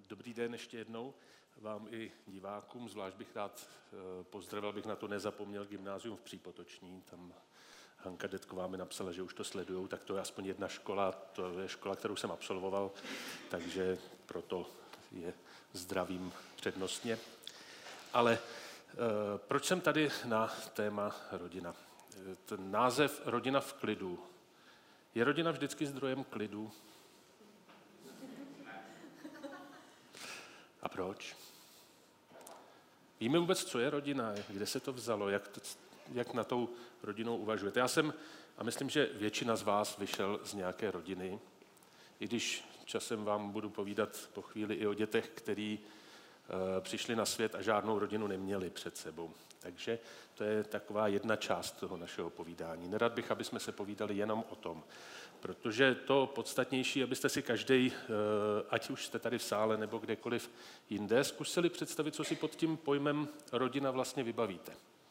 Dobrý den ještě jednou vám i divákům, zvlášť bych rád pozdravil, abych na to nezapomněl, Gymnázium v Přípotoční. Tam Hanka Detková mi napsala, že už to sledujou, tak to je aspoň jedna škola, to je škola, kterou jsem absolvoval, takže proto je zdravím přednostně. Ale proč jsem tady na téma rodina? Ten název Rodina v klidu. Je rodina vždycky zdrojem klidu? A proč? Víme vůbec, co je rodina, kde se to vzalo, jak na tou rodinou uvažujete. Já jsem, a myslím, že většina z vás vyšel z nějaké rodiny, i když časem vám budu povídat po chvíli i o dětech, který přišli na svět a žádnou rodinu neměli před sebou. Takže to je taková jedna část toho našeho povídání. Nerad bych, aby jsme se povídali jenom o tom, protože to podstatnější, abyste si každý, ať už jste tady v sále nebo kdekoliv jinde, zkusili představit, co si pod tím pojmem rodina vlastně vybavíte.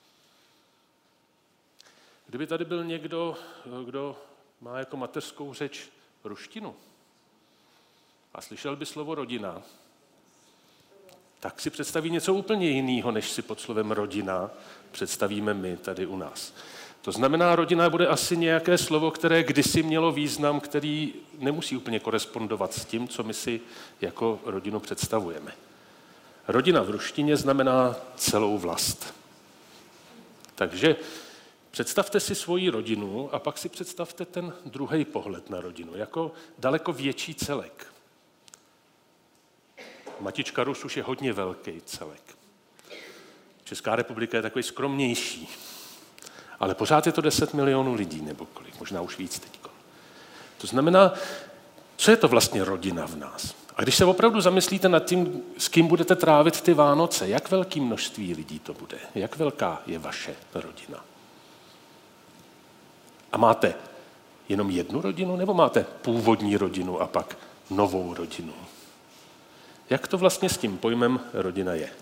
Kdyby tady byl někdo, kdo má jako mateřskou řeč ruštinu a slyšel by slovo rodina, tak si představí něco úplně jiného, než si pod slovem rodina představíme my tady u nás. To znamená, rodina bude asi nějaké slovo, které kdysi mělo význam, který nemusí úplně korespondovat s tím, co my si jako rodinu představujeme. Rodina v ruštině znamená celou vlast. Takže představte si svoji rodinu a pak si představte ten druhý pohled na rodinu, jako daleko větší celek. Matička Rus už je hodně velký celek. Česká republika je takový skromnější. Ale pořád je to 10 milionů lidí, nebo kolik, možná už víc teďko. To znamená, co je to vlastně rodina v nás? A když se opravdu zamyslíte nad tím, s kým budete trávit ty Vánoce, jak velké množství lidí to bude? Jak velká je vaše rodina? A máte jenom jednu rodinu, nebo máte původní rodinu a pak novou rodinu? Jak to vlastně s tím pojmem rodina je?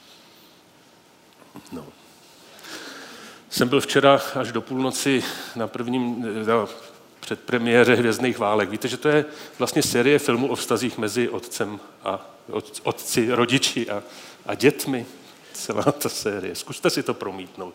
No. Jsem byl včera až do půlnoci na předpremiéře Hvězdných válek. Víte, že to je vlastně série filmů o vztazích mezi otci, rodiči a dětmi. Celá ta série. Zkuste si to promítnout.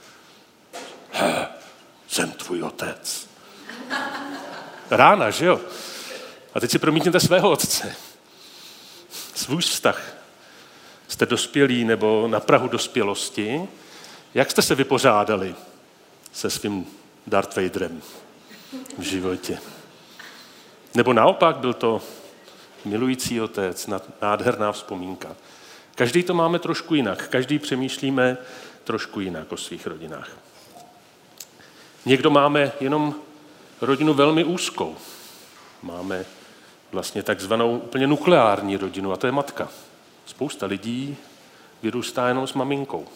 Jsem tvůj otec. Rána, že jo? A teď si promítněte svého otce. Svůj vztah. Jste dospělí nebo na prahu dospělosti. Jak jste se vypořádali se svým Darth Vaderem v životě? Nebo naopak byl to milující otec, nádherná vzpomínka. Každý to máme trošku jinak. Každý přemýšlíme trošku jinak o svých rodinách. Někdo máme jenom rodinu velmi úzkou. Máme vlastně takzvanou úplně nukleární rodinu, a to je matka. Spousta lidí vyrůstá jenom s maminkou.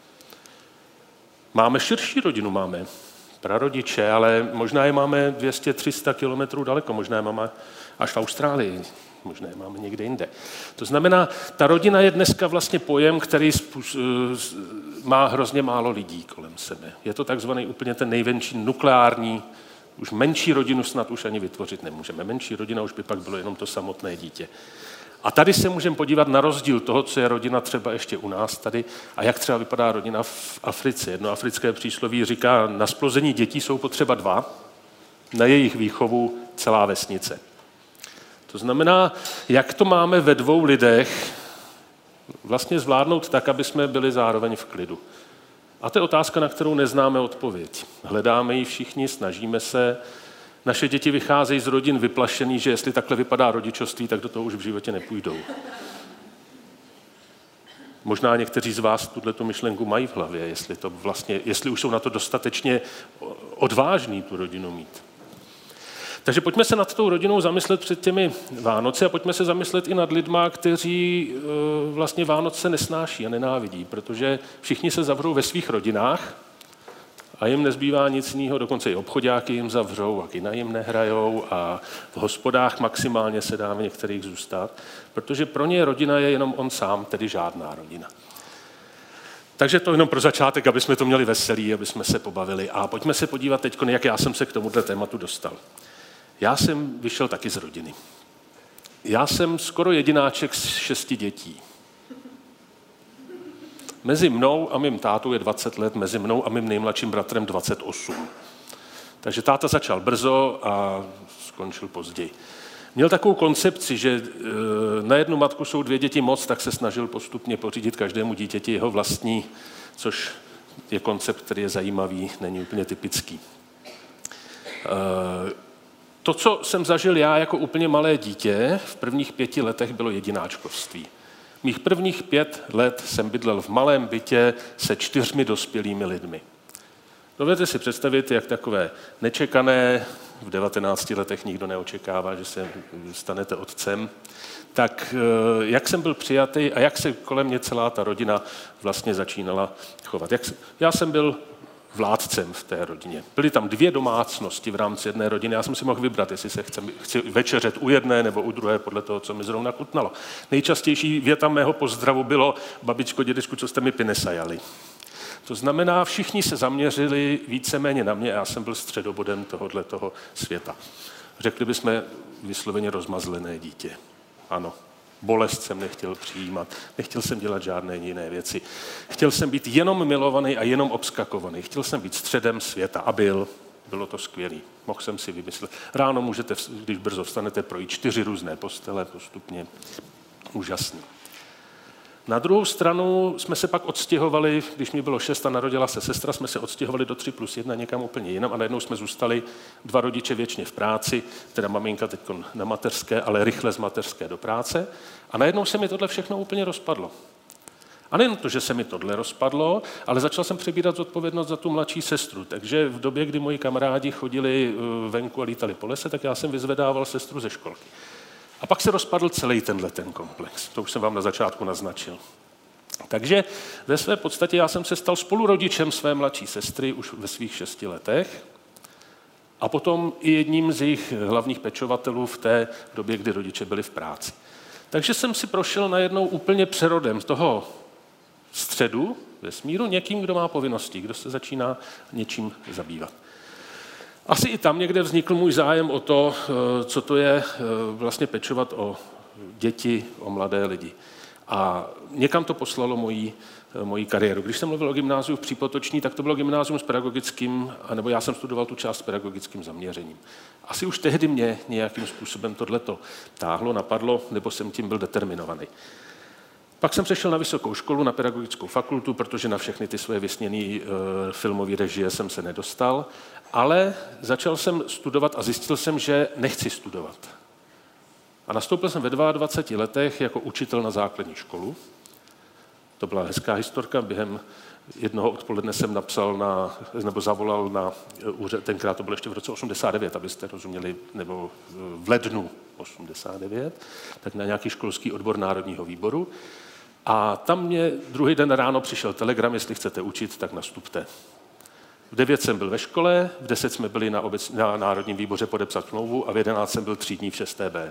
Máme širší rodinu, máme prarodiče, ale možná je máme 200-300 kilometrů daleko, možná je máme až v Austrálii, možná je máme někde jinde. To znamená, ta rodina je dneska vlastně pojem, který má hrozně málo lidí kolem sebe. Je to takzvaný úplně ten nejmenší nukleární, už menší rodinu snad už ani vytvořit nemůžeme. Menší rodina už by pak bylo jenom to samotné dítě. A tady se můžeme podívat na rozdíl toho, co je rodina třeba ještě u nás tady a jak třeba vypadá rodina v Africe. Jedno africké přísloví říká, na splození dětí jsou potřeba 2, na jejich výchovu celá vesnice. To znamená, jak to máme ve 2 lidech vlastně zvládnout tak, aby jsme byli zároveň v klidu. A to je otázka, na kterou neznáme odpověď. Hledáme ji všichni, snažíme se. Naše děti vycházejí z rodin vyplašený, že jestli takhle vypadá rodičovství, tak do toho už v životě nepůjdou. Možná někteří z vás tuto myšlenku mají v hlavě, jestli už jsou na to dostatečně odvážní tu rodinu mít. Takže pojďme se nad tou rodinou zamyslet před těmi Vánoci a pojďme se zamyslet i nad lidma, kteří vlastně Vánoce nesnáší a nenávidí, protože všichni se zavřou ve svých rodinách a jim nezbývá nic jiného, dokonce i obchoďáky jim zavřou a kina jim nehrajou a v hospodách maximálně se dá v některých zůstat, protože pro ně rodina je jenom on sám, tedy žádná rodina. Takže to jenom pro začátek, aby jsme to měli veselý, aby jsme se pobavili. A pojďme se podívat teď, jak já jsem se k tomuto tématu dostal. Já jsem vyšel taky z rodiny. Já jsem skoro jedináček z 6 dětí. Mezi mnou a mým tátou je 20 let, mezi mnou a mým nejmladším bratrem 28. Takže táta začal brzo a skončil později. Měl takovou koncepci, že na jednu matku jsou 2 děti moc, tak se snažil postupně pořídit každému dítěti jeho vlastní, což je koncept, který je zajímavý, není úplně typický. To, co jsem zažil já jako úplně malé dítě, v prvních 5 letech bylo jedináčkovství. Mých prvních 5 let jsem bydlel v malém bytě se 4 dospělými lidmi. Dovedete si představit, jak takové nečekané, v 19 letech nikdo neočekává, že se stanete otcem, tak jak jsem byl přijatý a jak se kolem mě celá ta rodina vlastně začínala chovat. Já jsem byl vládcem v té rodině. Byly tam 2 domácnosti v rámci jedné rodiny. Já jsem si mohl vybrat, jestli se chci večeřet u jedné nebo u druhé, podle toho, co mi zrovna chutnalo. Nejčastější věta mého pozdravu bylo: babičko, dědečku, co jste mi pinesajali. To znamená, všichni se zaměřili víceméně na mě a já jsem byl středobodem tohoto světa. Řekli bychom vysloveně rozmazlené dítě. Ano, bolest jsem nechtěl přijímat, nechtěl jsem dělat žádné jiné věci. Chtěl jsem být jenom milovaný a jenom obskakovaný. Chtěl jsem být středem světa a bylo to skvělý. Mohl jsem si vymyslet. Ráno můžete, když brzo vstanete, projít 4 různé postele postupně. Úžasný. Na druhou stranu jsme se pak odstěhovali, když mi bylo 6 a narodila se sestra, jsme se odstěhovali do 3+1 někam úplně jinam a najednou jsme zůstali 2 rodiče věčně v práci, teda maminka teď na mateřské, ale rychle z mateřské do práce. A najednou se mi tohle všechno úplně rozpadlo. A nejen to, že se mi tohle rozpadlo, ale začal jsem přebírat zodpovědnost za tu mladší sestru. Takže v době, kdy moji kamarádi chodili venku a lítali po lese, tak já jsem vyzvedával sestru ze školky. A pak se rozpadl celý ten komplex. To už jsem vám na začátku naznačil. Takže ve své podstatě já jsem se stal spolurodičem své mladší sestry už ve svých 6 letech a potom i jedním z jejich hlavních pečovatelů v té době, kdy rodiče byli v práci. Takže jsem si prošel najednou úplně přerodem z toho středu vesmíru někým, kdo má povinnosti, kdo se začíná něčím zabývat. Asi i tam někde vznikl můj zájem o to, co to je vlastně pečovat o děti, o mladé lidi. A někam to poslalo moji kariéru. Když jsem mluvil o gymnáziu v Přípotoční, tak to bylo gymnázium s pedagogickým, nebo já jsem studoval tu část s pedagogickým zaměřením. Asi už tehdy mě nějakým způsobem tohleto táhlo, napadlo, nebo jsem tím byl determinovaný. Pak jsem přešel na vysokou školu, na pedagogickou fakultu, protože na všechny ty svoje vysněné filmové režie jsem se nedostal, ale začal jsem studovat a zjistil jsem, že nechci studovat. A nastoupil jsem ve 22 letech jako učitel na základní školu. To byla hezká historka. Během jednoho odpoledne jsem zavolal na úřad, tenkrát to bylo ještě v roce 89, abyste rozuměli, nebo v lednu 89, tak na nějaký školský odbor Národního výboru. A tam mě druhý den ráno přišel telegram, jestli chcete učit, tak nastupte. V 9 jsem byl ve škole, v 10 jsme byli na Národním výboře podepsat smlouvu a v 11 jsem byl 3 dní v 6B.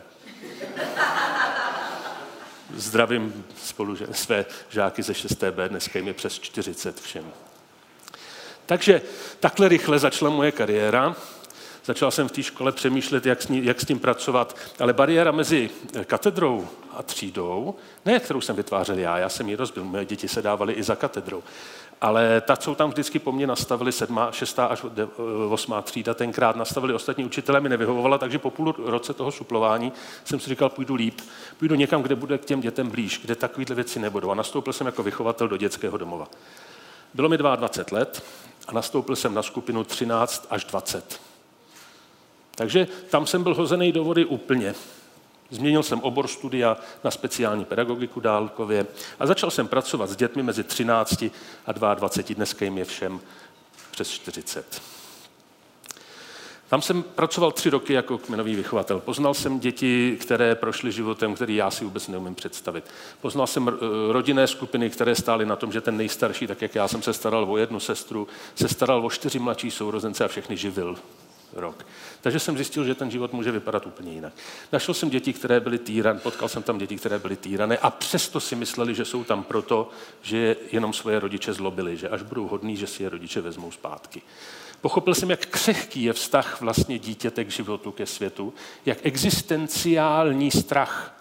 Zdravím své žáky ze 6B, dneska jim je přes 40 všem. Takže takhle rychle začala moje kariéra. Začal jsem v té škole přemýšlet, jak s tím pracovat, ale bariéra mezi katedrou a třídou, ne kterou jsem vytvářel já jsem ji rozbil, moje děti se dávaly i za katedrou, ale ta, co tam vždycky po mně nastavili 7., 6. až 8. třída, tenkrát nastavili ostatní učitelé, mi nevyhovovala, takže po půl roce toho suplování jsem si říkal, půjdu líp, půjdu někam, kde bude k těm dětem blíž, kde takovýhle věci nebudou. A nastoupil jsem jako vychovatel do dětského domova. Bylo mi 22 let a nastoupil jsem na skupinu 13 až 20. Takže tam jsem byl hozený do vody úplně. Změnil jsem obor studia na speciální pedagogiku dálkově a začal jsem pracovat s dětmi mezi 13 a 22, dneska jim je všem přes 40. Tam jsem pracoval 3 roky jako kmenový vychovatel. Poznal jsem děti, které prošly životem, který já si vůbec neumím představit. Poznal jsem rodinné skupiny, které stály na tom, že ten nejstarší, tak jak já jsem se staral o 1 sestru, se staral o 4 mladší sourozence a všechny živil rok. Takže jsem zjistil, že ten život může vypadat úplně jinak. Našel jsem děti, které byly týrané, potkal jsem tam děti, které byly týrané a přesto si mysleli, že jsou tam proto, že jenom svoje rodiče zlobili, že až budou hodní, že si je rodiče vezmou zpátky. Pochopil jsem, jak křehký je vztah vlastně dítěte k životu, ke světu, jak existenciální strach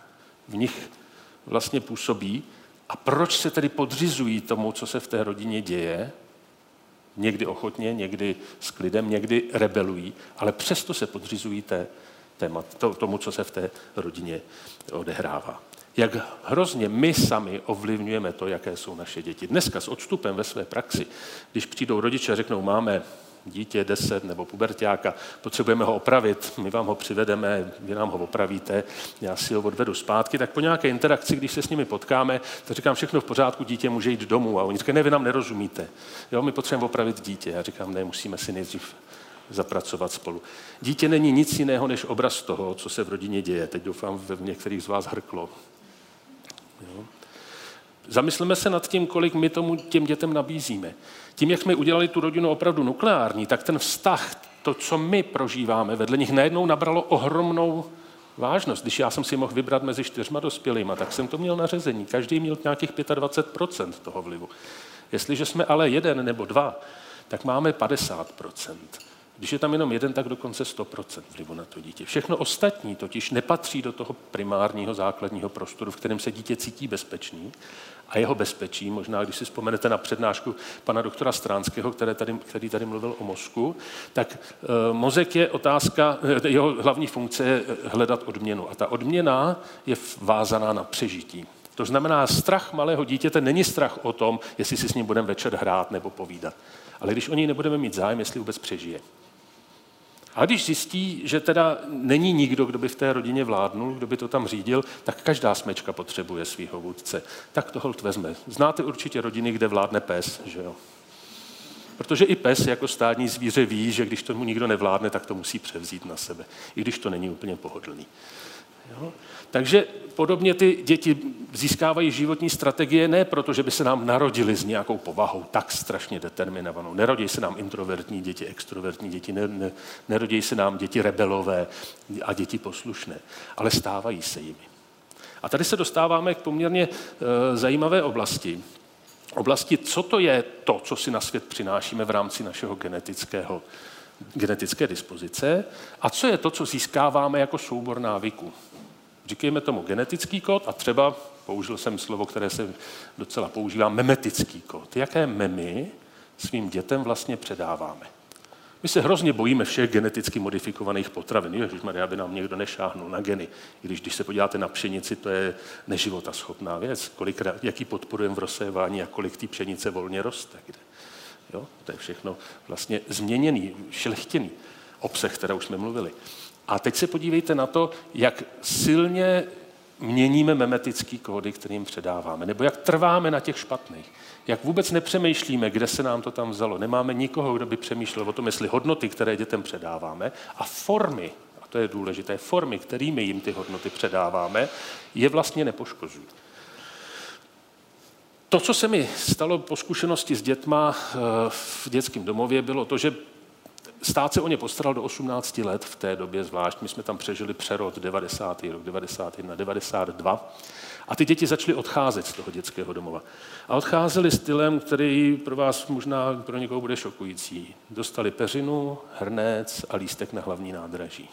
v nich vlastně působí a proč se tedy podřizují tomu, co se v té rodině děje, někdy ochotně, někdy s klidem, někdy rebelují, ale přesto se podřizují tomu, co se v té rodině odehrává. Jak hrozně my sami ovlivňujeme to, jaké jsou naše děti. Dneska s odstupem ve své praxi, když přijdou rodiče a řeknou, máme dítě 10 nebo puberťáka, potřebujeme ho opravit, my vám ho přivedeme, vy nám ho opravíte, já si ho odvedu zpátky, tak po nějaké interakci, když se s nimi potkáme, tak říkám, všechno v pořádku, dítě může jít domů. A oni říkají, ne, vy nám nerozumíte. Jo, my potřebujeme opravit dítě. Já říkám, ne, musíme si nejdřív zapracovat spolu. Dítě není nic jiného, než obraz toho, co se v rodině děje. Teď doufám, v některých z vás hrklo. Jo. Zamysleme se nad tím, kolik my těm dětem nabízíme. Tím, jak jsme udělali tu rodinu opravdu nukleární, tak ten vztah, to, co my prožíváme, vedle nich najednou nabralo ohromnou vážnost. Když já jsem si mohl vybrat mezi 4 dospělýma, tak jsem to měl na řezení. Každý měl nějakých 25% toho vlivu. Jestliže jsme ale 1 nebo 2, tak máme 50%. Když je tam jenom 1, tak dokonce 100% vlivu na to dítě. Všechno ostatní totiž nepatří do toho primárního základního prostoru, v kterém se dítě cítí bezpečný. A jeho bezpečí, možná když si vzpomenete na přednášku pana doktora Stránského, který tady mluvil o mozku, tak mozek je otázka, jeho hlavní funkce je hledat odměnu. A ta odměna je vázaná na přežití. To znamená, strach malého dítěte není strach o tom, jestli si s ním budeme večer hrát nebo povídat. Ale když o něj nebudeme mít zájem, jestli vůbec přežije. A když zjistí, že teda není nikdo, kdo by v té rodině vládnul, kdo by to tam řídil, tak každá smečka potřebuje svýho vůdce. Tak to holt vezme. Znáte určitě rodiny, kde vládne pes, že jo? Protože i pes jako stádní zvíře ví, že když tomu nikdo nevládne, tak to musí převzít na sebe, i když to není úplně pohodlný. Jo? Takže podobně ty děti získávají životní strategie ne proto, že by se nám narodili s nějakou povahou tak strašně determinovanou. Nerodí se nám introvertní děti, extrovertní děti, nerodí se nám děti rebelové a děti poslušné, ale stávají se jimi. A tady se dostáváme k poměrně zajímavé oblasti, co to je to, co si na svět přinášíme v rámci našeho genetické dispozice a co je to, co získáváme jako soubor návyků. Říkejme tomu genetický kód a třeba, použil jsem slovo, které se docela používá, memetický kód. Jaké memy svým dětem vlastně předáváme? My se hrozně bojíme všech geneticky modifikovaných potravin. Ježišmarja, aby nám někdo nešáhnul na geny. I když se podíváte na pšenici, to je neživotaschopná věc. Jaký podporujeme v rozsévání a kolik té pšenice volně roste. Kde? Jo? To je všechno vlastně změněný, šlechtěný obsah, které už jsme mluvili. A teď se podívejte na to, jak silně měníme memetický kódy, kterým předáváme, nebo jak trváme na těch špatných. Jak vůbec nepřemýšlíme, kde se nám to tam vzalo. Nemáme nikoho, kdo by přemýšlel o tom, jestli hodnoty, které dětem předáváme, a formy, a to je důležité, formy, kterými jim ty hodnoty předáváme, je vlastně nepoškozují. To, co se mi stalo po zkušenosti s dětma v dětském domově, bylo to, že stát se o ně postaral do 18 let v té době zvlášť. My jsme tam přežili přerod 90. rok, 91, 92. A ty děti začaly odcházet z toho dětského domova. A odcházeli stylem, který pro vás možná pro někoho bude šokující. Dostali peřinu, hrnec a lístek na hlavní nádraží.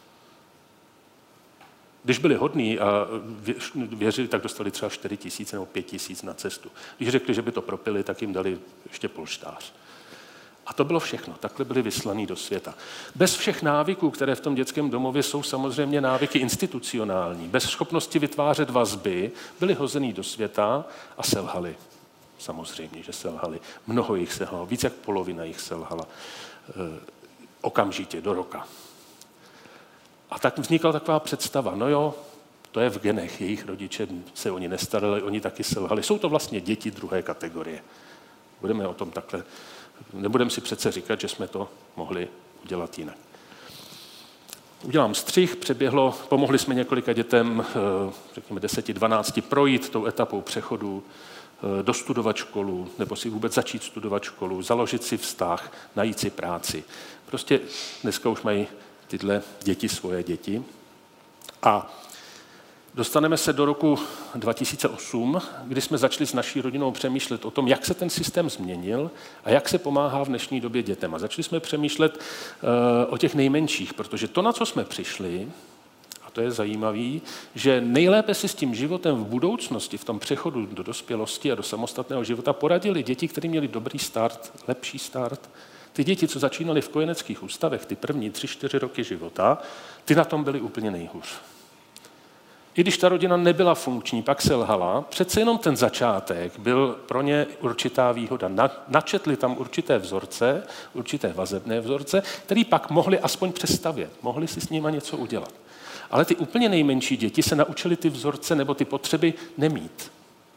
Když byli hodní a věřili, tak dostali třeba 4 000 nebo 5 000 na cestu. Když řekli, že by to propili, tak jim dali ještě polštář. A to bylo všechno. Takhle byli vyslaní do světa. Bez všech návyků, které v tom dětském domově jsou samozřejmě návyky institucionální, bez schopnosti vytvářet vazby, byli hozený do světa a selhali. Samozřejmě, že selhali. Mnoho jich selhalo, víc jak polovina jich selhala okamžitě, do roka. A tak vznikla taková představa, no jo, to je v genech, jejich rodiče se o ně nestarali, oni taky selhali. Jsou to vlastně děti druhé kategorie. Budeme o tom takhle. Nebudeme si přece říkat, že jsme to mohli udělat jinak. Udělám střih, pomohli jsme několika dětem, řekněme 10-12, projít tou etapou přechodu, dostudovat školu, nebo si vůbec začít studovat školu, založit si vztah, najít si práci. Prostě dneska už mají tyhle děti svoje děti. A dostaneme se do roku 2008, kdy jsme začali s naší rodinou přemýšlet o tom, jak se ten systém změnil a jak se pomáhá v dnešní době dětem. A začali jsme přemýšlet o těch nejmenších, protože to, na co jsme přišli, a to je zajímavé, že nejlépe si s tím životem v budoucnosti, v tom přechodu do dospělosti a do samostatného života poradili děti, které měli dobrý start, lepší start. Ty děti, co začínaly v kojeneckých ústavech, ty první 3-4 roky života, ty na tom byly úplně nejhůř. I když ta rodina nebyla funkční, pak selhala, přece jenom ten začátek byl pro ně určitá výhoda. Načetli tam určité vzorce, určité vazebné vzorce, které pak mohli aspoň přestavět, mohli si s nima něco udělat. Ale ty úplně nejmenší děti se naučily ty vzorce nebo ty potřeby nemít.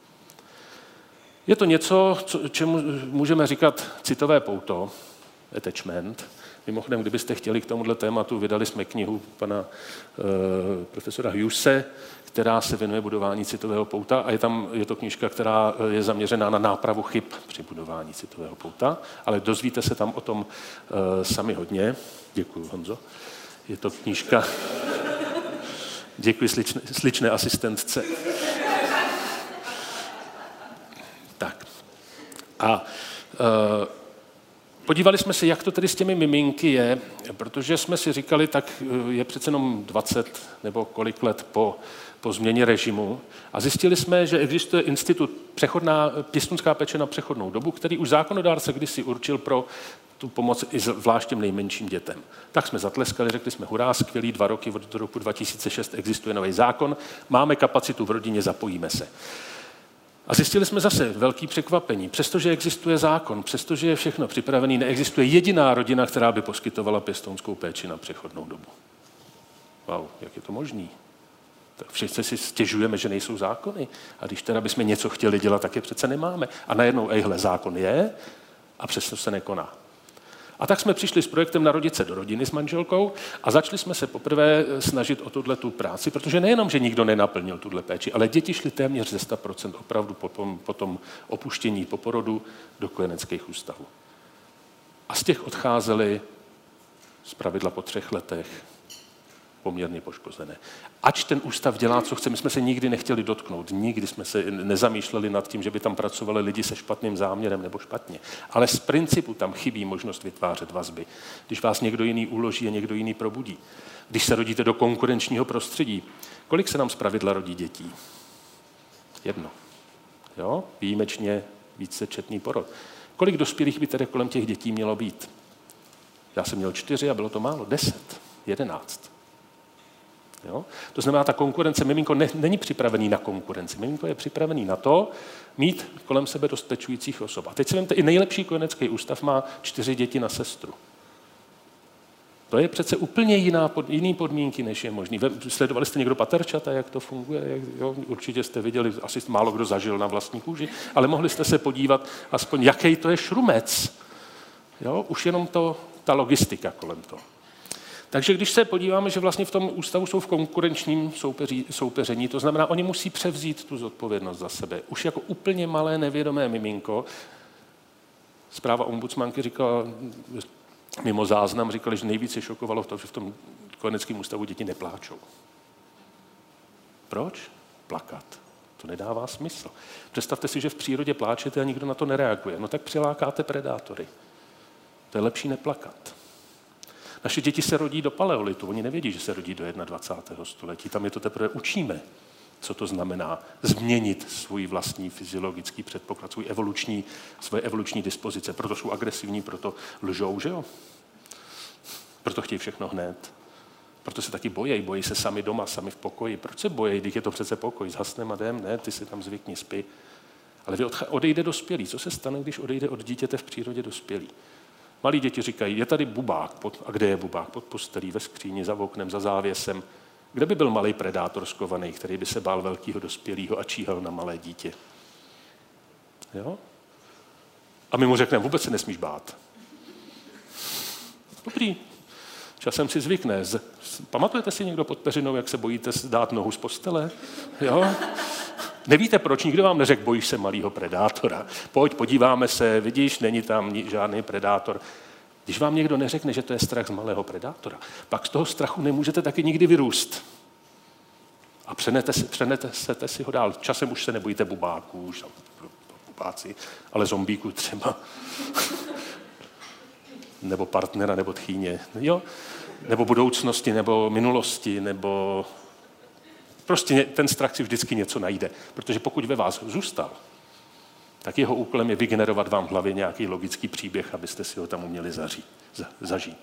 Je to něco, čemu můžeme říkat citové pouto, attachment. Mimochodem, kdybyste chtěli k tomuhle tématu, vydali jsme knihu pana profesora Hughese, která se věnuje budování citového pouta a je to knížka, která je zaměřená na nápravu chyb při budování citového pouta, ale dozvíte se tam o tom sami hodně. Děkuji, Honzo. Je to knížka... Děkuji sličné asistentce. Tak. A podívali jsme se, jak to tedy s těmi miminky je, protože jsme si říkali, tak je přece jenom 20 nebo kolik let po změně režimu a zjistili jsme, že existuje institut pěstounská péče na přechodnou dobu, který už zákonodárce kdysi určil pro tu pomoc i zvlášť těm nejmenším dětem. Tak jsme zatleskali, řekli jsme hurá, skvělý, 2 roky, od roku 2006 existuje nový zákon, máme kapacitu v rodině, zapojíme se. A zjistili jsme zase velký překvapení. Přestože existuje zákon, přestože je všechno připravené, neexistuje jediná rodina, která by poskytovala pěstounskou péči na přechodnou dobu. Wow, jak je to možný? Tak všichni si stěžujeme, že nejsou zákony. A když teda bychom něco chtěli dělat, tak je přece nemáme. A najednou, zákon je a přesto se nekoná. A tak jsme přišli s projektem Narodit se do rodiny s manželkou a začali jsme se poprvé snažit o tuto práci, protože nejenom, že nikdo nenaplnil tuhle péči, ale děti šly téměř ze 100% opravdu po tom opuštění, po porodu do kojeneckých ústavů. A z těch odcházeli zpravidla po 3 letech poměrně poškozené. Ač ten ústav dělá, co chce, my jsme se nikdy nechtěli dotknout, nikdy jsme se nezamýšleli nad tím, že by tam pracovali lidi se špatným záměrem nebo špatně. Ale z principu tam chybí možnost vytvářet vazby. Když vás někdo jiný uloží a někdo jiný probudí. Když se rodíte do konkurenčního prostředí, kolik se nám zpravidla rodí dětí? 1. Jo? Výjimečně vícečetný porod. Kolik dospělých by tedy kolem těch dětí mělo být? Já jsem měl 4 a bylo to málo. 10, 11. Jo? To znamená, ta konkurence, miminko není připravený na konkurenci. Miminko je připravený na to, mít kolem sebe dost pečujících osob. A teď si vemte, i nejlepší kojenecký ústav má 4 děti na sestru. To je přece úplně jiný podmínky, než je možný. Sledovali jste někdo paterčata, jak to funguje? Jo? Určitě jste viděli, asi málo kdo zažil na vlastní kůži, ale mohli jste se podívat aspoň, jaký to je šrumec. Jo? Už jenom ta logistika kolem toho. Takže když se podíváme, že vlastně v tom ústavu jsou v konkurenčním soupeření, to znamená, oni musí převzít tu zodpovědnost za sebe. Už jako úplně malé nevědomé miminko, zpráva ombudsmanky říkala, mimo záznam říkali, že nejvíce šokovalo v tom, že v tom kojeneckém ústavu děti nepláčou. Proč? Plakat. To nedává smysl. Představte si, že v přírodě pláčete a nikdo na to nereaguje. No tak přilákáte predátory. To je lepší neplakat. Naše děti se rodí do paleolitu, oni nevědí, že se rodí do 21. století. Tam je to teprve učíme, co to znamená změnit svůj vlastní fyziologický předpoklad, svoje evoluční dispozice. Proto jsou agresivní, proto lžou, že jo? Proto chtějí všechno hned. Proto se taky bojí se sami doma, sami v pokoji. Proč se bojí, když je to přece pokoj, zhasnem a jdem, ne, ty si tam zvykni, spí. Ale odejde dospělý. Co se stane, když odejde od dítěte v přírodě dospělý? Malí děti říkají, je tady bubák. A kde je bubák? Pod postelí, ve skříni, za oknem, za závěsem. Kde by byl malý predátor skovaný, který by se bál velkého dospělého a číhal na malé dítě? Jo? A my mu řekneme, vůbec se nesmíš bát. Dobrý. Časem si zvykne. Pamatujete si někdo pod peřinou, jak se bojíte dát nohu z postele? Jo? Nevíte proč, nikdo vám neřekl, bojíš se malého predátora. Pojď, podíváme se, vidíš, není tam žádný predátor. Když vám někdo neřekne, že to je strach z malého predátora, pak z toho strachu nemůžete taky nikdy vyrůst. A přenesete si ho dál. Časem už se nebojíte bubáků, bubáci, ale zombíků třeba. Nebo partnera, nebo tchýně. Jo? Nebo budoucnosti, nebo minulosti, nebo Prostě ten strach si vždycky něco najde, protože pokud ve vás zůstal, tak jeho úkolem je vygenerovat vám v hlavě nějaký logický příběh, abyste si ho tam uměli zažít.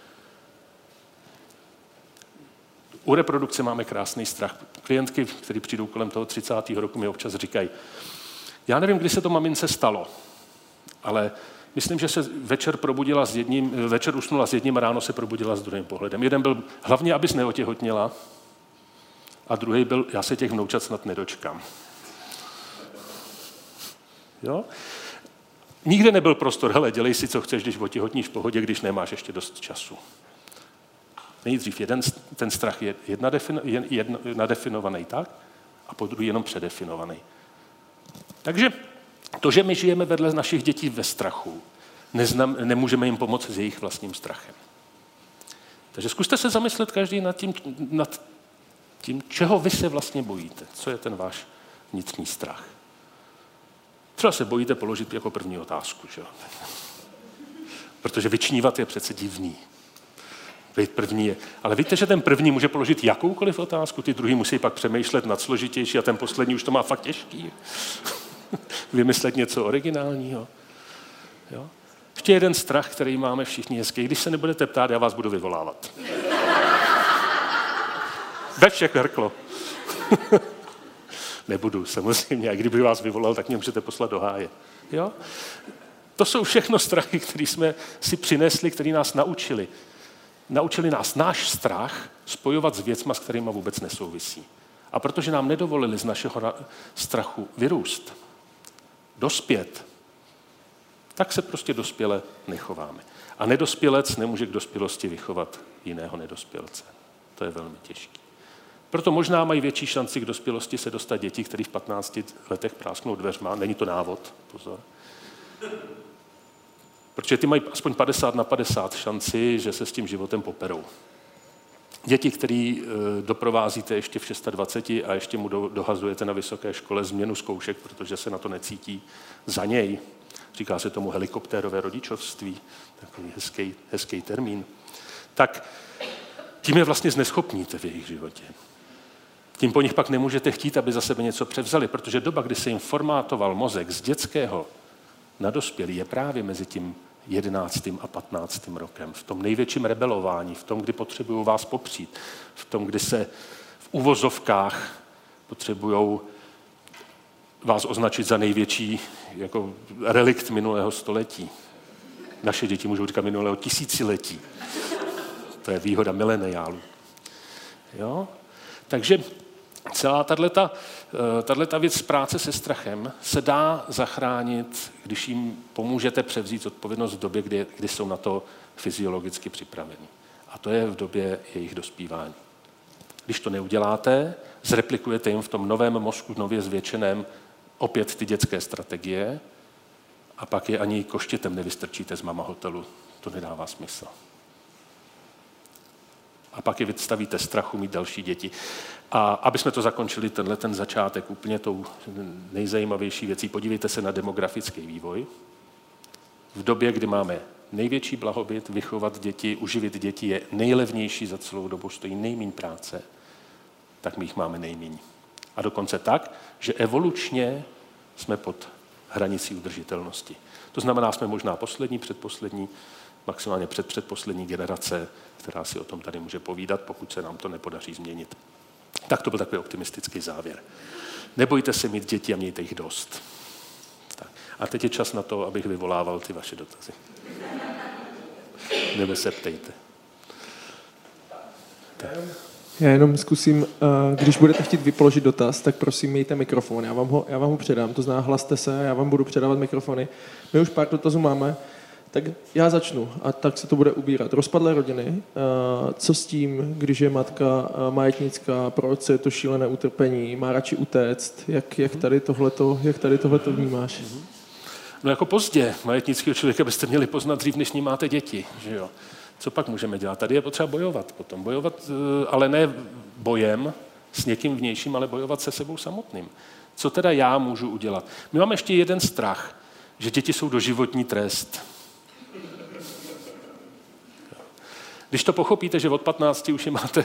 U reprodukce máme krásný strach. Klientky, které přijdou kolem toho 30. roku, mi občas říkají, já nevím, kdy se to mamince stalo, ale myslím, že se večer usnula s jedním a ráno se probudila s druhým pohledem. Jeden byl hlavně, abys neotěhotněla, a druhý byl, já se těch vnoučat snad nedočkám. Jo? Nikde nebyl prostor, hele, dělej si, co chceš, když otěhotníš v pohodě, když nemáš ještě dost času. Nejdřív ten strach je nadefinovaný tak, a po druhý jenom předefinovaný. Takže to, že my žijeme vedle našich dětí ve strachu, nemůžeme jim pomoct s jejich vlastním strachem. Takže zkuste se zamyslet každý nad tím, čeho vy se vlastně bojíte. Co je ten váš vnitřní strach. Třeba se bojíte položit jako první otázku, že? Protože vyčnívat je přece divný. Být první je. Ale víte, že ten první může položit jakoukoliv otázku, ty druhý musí pak přemýšlet nad složitější a ten poslední už to má fakt těžký. Vymyslet něco originálního. Jo? Ještě jeden strach, který máme všichni hezký. Když se nebudete ptát, já vás budu vyvolávat. Ve všech hrklo. Nebudu, samozřejmě. A kdyby vás vyvolal, tak mě můžete poslat do háje. Jo? To jsou všechno strachy, které jsme si přinesli, které nás naučili. Naučili nás náš strach spojovat s věcma, s kterými vůbec nesouvisí. A protože nám nedovolili z našeho strachu vyrůst, dospět, tak se prostě dospěle nechováme. A nedospělec nemůže k dospělosti vychovat jiného nedospělce. To je velmi těžké. Proto možná mají větší šanci k dospělosti se dostat děti, který v 15 letech prásknou dveřma. Není to návod, pozor. Protože ty mají aspoň 50/50 šanci, že se s tím životem poperou. Děti, který doprovázíte ještě v 26 a ještě mu dohazujete na vysoké škole změnu zkoušek, protože se na to necítí za něj. Říká se tomu helikoptérové rodičovství, takový hezký termín. Tak tím je vlastně zneschopníte v jejich životě. Tím po nich pak nemůžete chtít, aby za sebe něco převzali, protože doba, kdy se jim formátoval mozek z dětského na dospělý, je právě mezi tím 11. a 15. rokem. V tom největším rebelování, v tom, kdy potřebují vás popřít, v tom, kdy se v uvozovkách potřebují vás označit za největší jako relikt minulého století. Naše děti můžou říkat minulého tisíciletí. To je výhoda mileniálů. Jo? Takže celá tato věc z práce se strachem se dá zachránit, když jim pomůžete převzít odpovědnost v době, kdy jsou na to fyziologicky připraveni. A to je v době jejich dospívání. Když to neuděláte, zreplikujete jim v tom novém mozku, nově zvětšeném, opět ty dětské strategie a pak je ani koštětem nevystrčíte z mama hotelu. To nedává smysl. A pak je vystavíte strachu mít další děti. A aby jsme to zakončili, ten začátek úplně tou nejzajímavější věcí, podívejte se na demografický vývoj. V době, kdy máme největší blahobyt, vychovat děti, uživit děti je nejlevnější za celou dobu, stojí nejméně práce, tak my jich máme nejméně. A dokonce tak, že evolučně jsme pod hranicí udržitelnosti. To znamená, jsme možná poslední, předposlední, maximálně předposlední generace, která si o tom tady může povídat, pokud se nám to nepodaří změnit. Tak to byl takový optimistický závěr. Nebojte se mít děti a mějte jich dost. Tak. A teď je čas na to, abych vyvolával ty vaše dotazy. Nebo se ptejte. Tak. Já jenom zkusím, když budete chtít vypoložit dotaz, tak prosím mějte mikrofon. Já vám ho předám, to znamená hlaste se, já vám budu předávat mikrofony. My už pár dotazů máme, tak já začnu a tak se to bude ubírat. Rozpadlé rodiny, co s tím, když je matka majetnická, pro otce je to šílené utrpení, má radši utéct, jak tady tohleto vnímáš? No jako pozdě majetnického člověka byste měli poznat dřív, než ním máte děti, že jo. Co pak můžeme dělat? Tady je potřeba bojovat potom. Bojovat, ale ne bojem s někým vnějším, ale bojovat se sebou samotným. Co teda já můžu udělat? My máme ještě jeden strach, že děti jsou doživotní trest. Když to pochopíte, že od 15 už je máte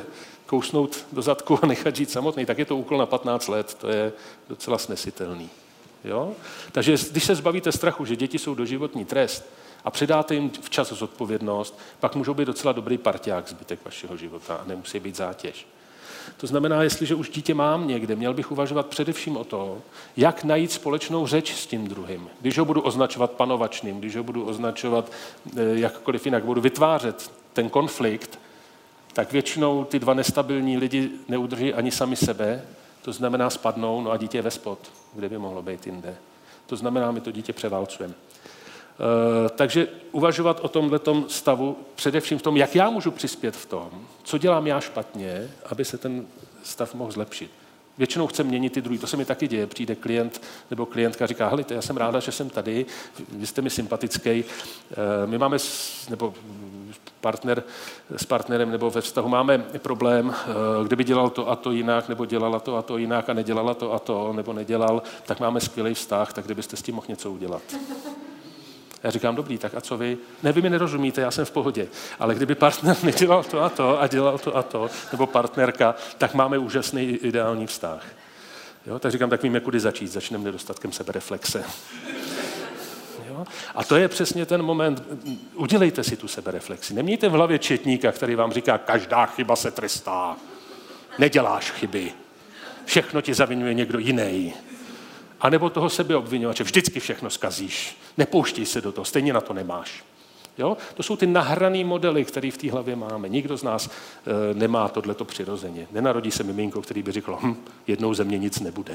kousnout do zadku a nechat žít samotný, tak je to úkol na 15 let, to je docela snesitelný. Jo? Takže když se zbavíte strachu, že děti jsou doživotní trest a předáte jim včas zodpovědnost, pak můžou být docela dobrý parťák zbytek vašeho života a nemusí být zátěž. To znamená, jestliže už dítě mám někde, měl bych uvažovat především o tom, jak najít společnou řeč s tím druhým. Když ho budu označovat panovačným, když ho budu označovat jakkoliv jinak, budu vytvářet ten konflikt, tak většinou ty dva nestabilní lidi neudrží ani sami sebe, to znamená spadnou, no a dítě je ve spod, kde by mohlo být jinde. To znamená, my to dítě převálcujeme. Takže uvažovat o tomhletom stavu, především v tom, jak já můžu přispět v tom, co dělám já špatně, aby se ten stav mohl zlepšit. Většinou chce měnit ty druhý, to se mi taky děje. Přijde klient nebo klientka a říká, helejte, já jsem ráda, že jsem tady, vy jste mi sympatický, my máme, nebo partner s partnerem nebo ve vztahu máme problém, kdyby dělal to a to jinak, nebo dělala to a to jinak a nedělala to a to, nebo nedělal, tak máme skvělý vztah, tak kdybyste s tím mohl něco udělat. Já říkám, dobrý, tak a co vy? Ne, vy mi nerozumíte, já jsem v pohodě. Ale kdyby partner nedělal to a dělal to a to, nebo partnerka, tak máme úžasný ideální vztah. Jo? Tak říkám, tak víme, kudy začít. Začneme nedostatkem sebereflexe. Jo? A to je přesně ten moment. Udělejte si tu sebereflexi. Nemějte v hlavě četníka, který vám říká, každá chyba se trestá. Neděláš chyby. Všechno ti zavinuje někdo jiný. A nebo toho sebeobviňovače, vždycky všechno zkazíš, nepouštěj se do toho, stejně na to nemáš. Jo? To jsou ty nahraný modely, které v té hlavě máme. Nikdo z nás nemá tohleto přirozeně. Nenarodí se miminko, který by řekl, jednou ze mě nic nebude.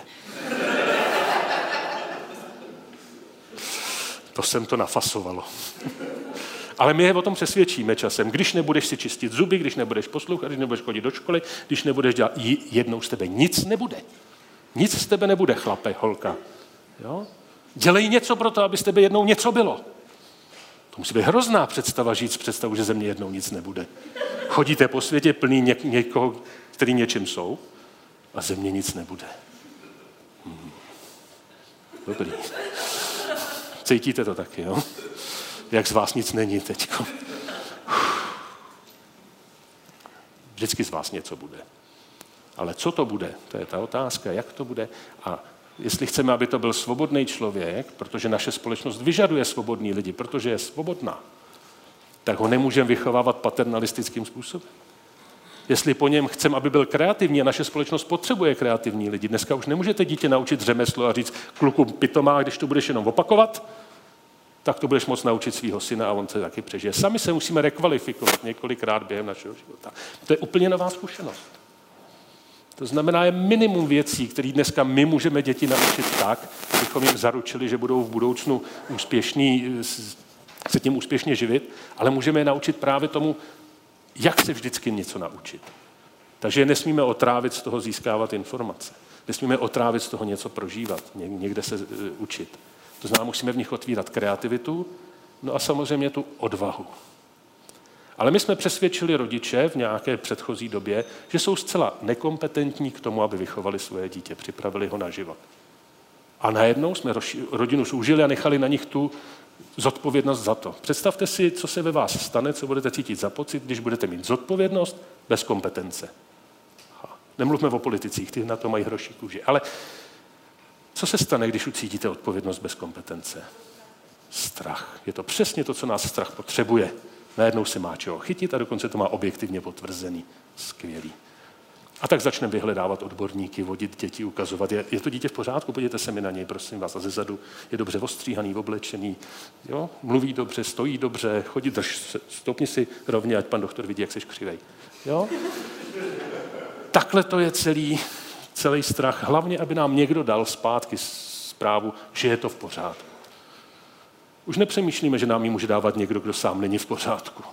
To jsem to nafasovalo. Ale my je o tom přesvědčíme časem. Když nebudeš si čistit zuby, když nebudeš poslouchat, když nebudeš chodit do školy, když nebudeš dělat, jednou z tebe nic nebude. Nic z tebe nebude, chlape, holka. Jo? Dělej něco pro to, aby z tebe jednou něco bylo. To musí být hrozná představa žít s představou, že ze mě jednou nic nebude. Chodíte po světě plný někoho, který něčím jsou, a ze mě nic nebude. Dobrý. Cítíte to taky, jo? Jak z vás nic není teďko. Vždycky z vás něco bude. Ale co to bude? To je ta otázka, jak to bude. A jestli chceme, aby to byl svobodný člověk, protože naše společnost vyžaduje svobodný lidi, protože je svobodná, tak ho nemůžeme vychovávat paternalistickým způsobem. Jestli po něm chceme, aby byl kreativní, a naše společnost potřebuje kreativní lidi, dneska už nemůžete dítě naučit řemeslo a říct, kluku, pitomá, když to budeš jenom opakovat, tak to budeš moct naučit svého syna a on se taky přežije. Sami se musíme rekvalifikovat několikrát během našeho života. To je úplně nová zkušenost. To znamená, je minimum věcí, které dneska my můžeme děti naučit tak, abychom jim zaručili, že budou v budoucnu úspěšní, se tím úspěšně živit, ale můžeme je naučit právě tomu, jak se vždycky něco naučit. Takže je nesmíme otrávit z toho získávat informace. Nesmíme otrávit z toho něco prožívat, někde se učit. To znamená, musíme v nich otvírat kreativitu, no a samozřejmě tu odvahu. Ale my jsme přesvědčili rodiče v nějaké předchozí době, že jsou zcela nekompetentní k tomu, aby vychovali svoje dítě, připravili ho na život. A najednou jsme rodinu zúžili a nechali na nich tu zodpovědnost za to. Představte si, co se ve vás stane, co budete cítit za pocit, když budete mít zodpovědnost bez kompetence. Nemluvme o politicích, ty na to mají hroší kůži. Ale co se stane, když ucítíte odpovědnost bez kompetence? Strach. Je to přesně to, co nás strach potřebuje. Najednou se má čeho chytit a dokonce to má objektivně potvrzený. Skvělý. A tak začneme vyhledávat odborníky, vodit děti, ukazovat. Je to dítě v pořádku? Podívejte se mi na něj, prosím vás. A zezadu je dobře ostříhaný, oblečený, jo? Mluví dobře, stojí dobře, chodí, stoupni si rovně, ať pan doktor vidí, jak jsi křivej. Jo? Takhle to je celý strach. Hlavně, aby nám někdo dal zpátky zprávu, že je to v pořádku. Už nepřemýšlíme, že nám ji může dávat někdo, kdo sám není v pořádku.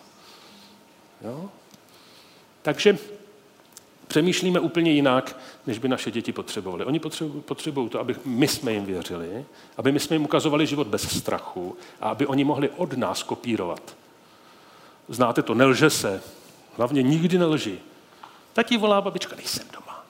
Jo? Takže přemýšlíme úplně jinak, než by naše děti potřebovaly. Oni potřebují to, aby my jsme jim věřili, aby my jsme jim ukazovali život bez strachu a aby oni mohli od nás kopírovat. Znáte to, nelže se. Hlavně nikdy nelži. Tati volá babička, nejsem doma.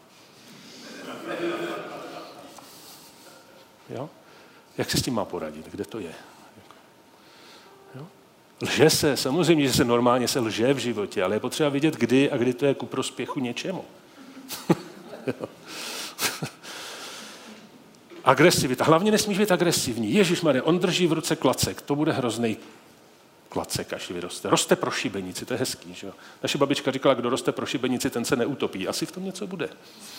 Jo? Jak se s tím má poradit? Kde to je? Jo? Lže se, samozřejmě, že se normálně se lže v životě, ale je potřeba vidět, kdy a kdy to je ku prospěchu něčemu. Agresivita. Hlavně nesmíš být agresivní. Ježišmarja, on drží v ruce klacek, to bude hrozný klacek, až vyroste. Roste pro šibenici, to je hezký. Že jo? Naše babička říkala, kdo roste pro šibenici, ten se neutopí. Asi v tom něco bude.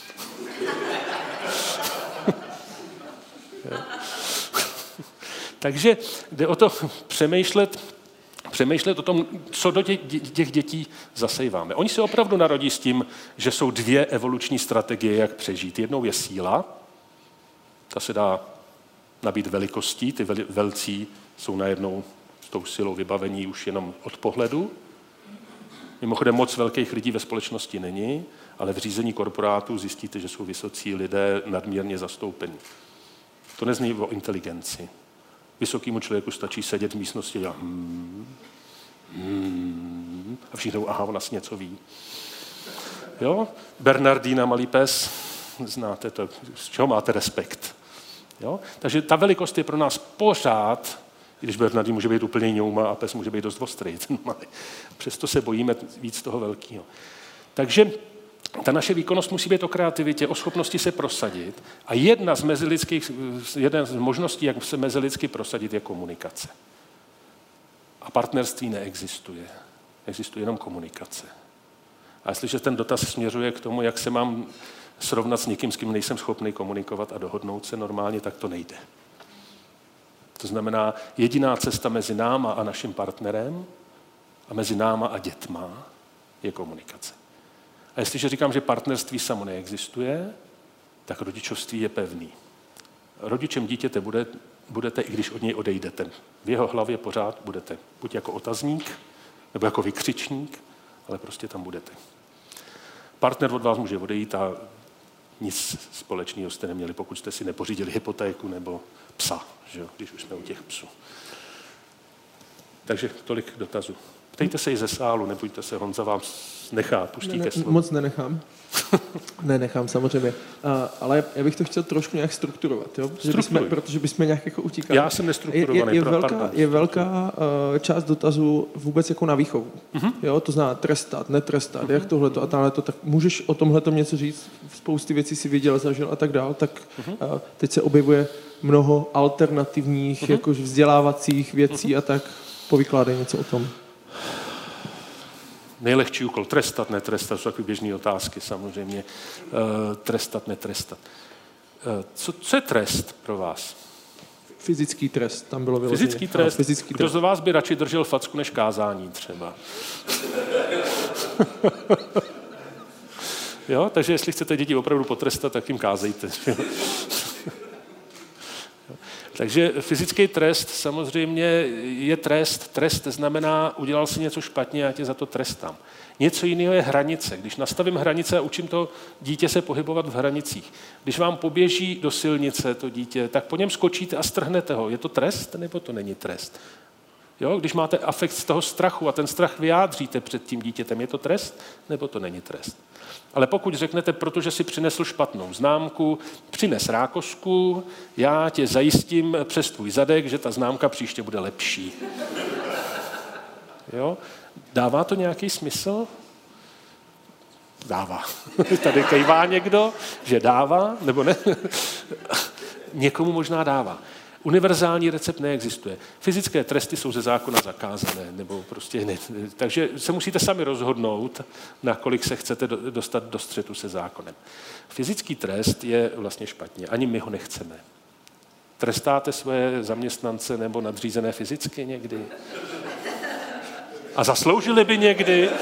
Takže jde o to přemýšlet o tom, co do těch dětí zasejváme. Oni se opravdu narodí s tím, že jsou dvě evoluční strategie, jak přežít. Jednou je síla, ta se dá nabít velikostí, ty velcí jsou najednou s tou silou vybavení už jenom od pohledu. Mimochodem moc velkých lidí ve společnosti není, ale v řízení korporátů zjistíte, že jsou vysocí lidé nadměrně zastoupení. To nezní o inteligenci. Vysokýmu člověku stačí sedět v místnosti a a všichni aha, on asi něco ví. Jo? Bernardína, malý pes, znáte to, z čeho máte respekt. Jo? Takže ta velikost je pro nás pořád, když Bernardín může být úplně ňouma a pes může být dost ostrý, ten malý. Přesto se bojíme víc toho velkého. Takže ta naše výkonnost musí být o kreativitě, o schopnosti se prosadit. A jedna z možností, jak se mezilidsky prosadit, je komunikace. A partnerství neexistuje. Existuje jenom komunikace. A jestliže ten dotaz směřuje k tomu, jak se mám srovnat s někým, s kým nejsem schopný komunikovat a dohodnout se normálně, tak to nejde. To znamená, jediná cesta mezi náma a naším partnerem a mezi náma a dětma je komunikace. A jestliže říkám, že partnerství samo neexistuje, tak rodičovství je pevný. Rodičem dítěte budete, i když od něj odejdete. V jeho hlavě pořád budete. Buď jako otazník, nebo jako vykřičník, ale prostě tam budete. Partner od vás může odejít a nic společného jste neměli, pokud jste si nepořídili hypotéku nebo psa, že jo, když už jsme u těch psů. Takže tolik dotazů. Ptejte se i ze sálu, nebojte se, Honza vám nechá, pustíte slovo. Moc nenechám. Nenechám, samozřejmě. Ale já bych to chtěl trošku nějak strukturovat, jo? Protože bychom nějak jako utíkali. Já jsem nestrukturovaný. Je velká část dotazů vůbec jako na výchovu. Jo? To znamená trestat, netrestat, jak tohleto a táhleto. Tak můžeš o tomhletom něco říct? Spousty věcí si viděl, zažil a tak dál. Tak teď se objevuje mnoho alternativních jakož vzdělávacích věcí a tak povykládej něco o tom. Nejlehčí úkol, trestat, netrestat, jsou takové běžné otázky samozřejmě. Trestat, netrestat. Co je trest pro vás? Fyzický trest, tam bylo vyloženě. Fyzický trest? Kdo z vás by radši držel facku než kázání třeba? Jo, takže jestli chcete děti opravdu potrestat, tak jim kázejte. Takže fyzický trest samozřejmě je trest. Trest znamená, udělal si něco špatně, já tě za to trestám. Něco jiného je hranice. Když nastavím hranice a učím to dítě se pohybovat v hranicích. Když vám poběží do silnice to dítě, tak po něm skočíte a strhnete ho. Je to trest, nebo to není trest? Jo? Když máte afekt z toho strachu a ten strach vyjádříte před tím dítětem, je to trest, nebo to není trest? Ale pokud řeknete, protože si přinesl špatnou známku, přines rákosku, já tě zajistím přes tvůj zadek, že ta známka příště bude lepší. Jo? Dává to nějaký smysl? Dává. Tady kejvá někdo, že dává, nebo ne? Někomu možná dává. Univerzální recept neexistuje. Fyzické tresty jsou ze zákona zakázané, nebo prostě ne. Takže se musíte sami rozhodnout, nakolik se chcete dostat do střetu se zákonem. Fyzický trest je vlastně špatně, ani my ho nechceme. Trestáte své zaměstnance nebo nadřízené fyzicky někdy? A zasloužili by někdy?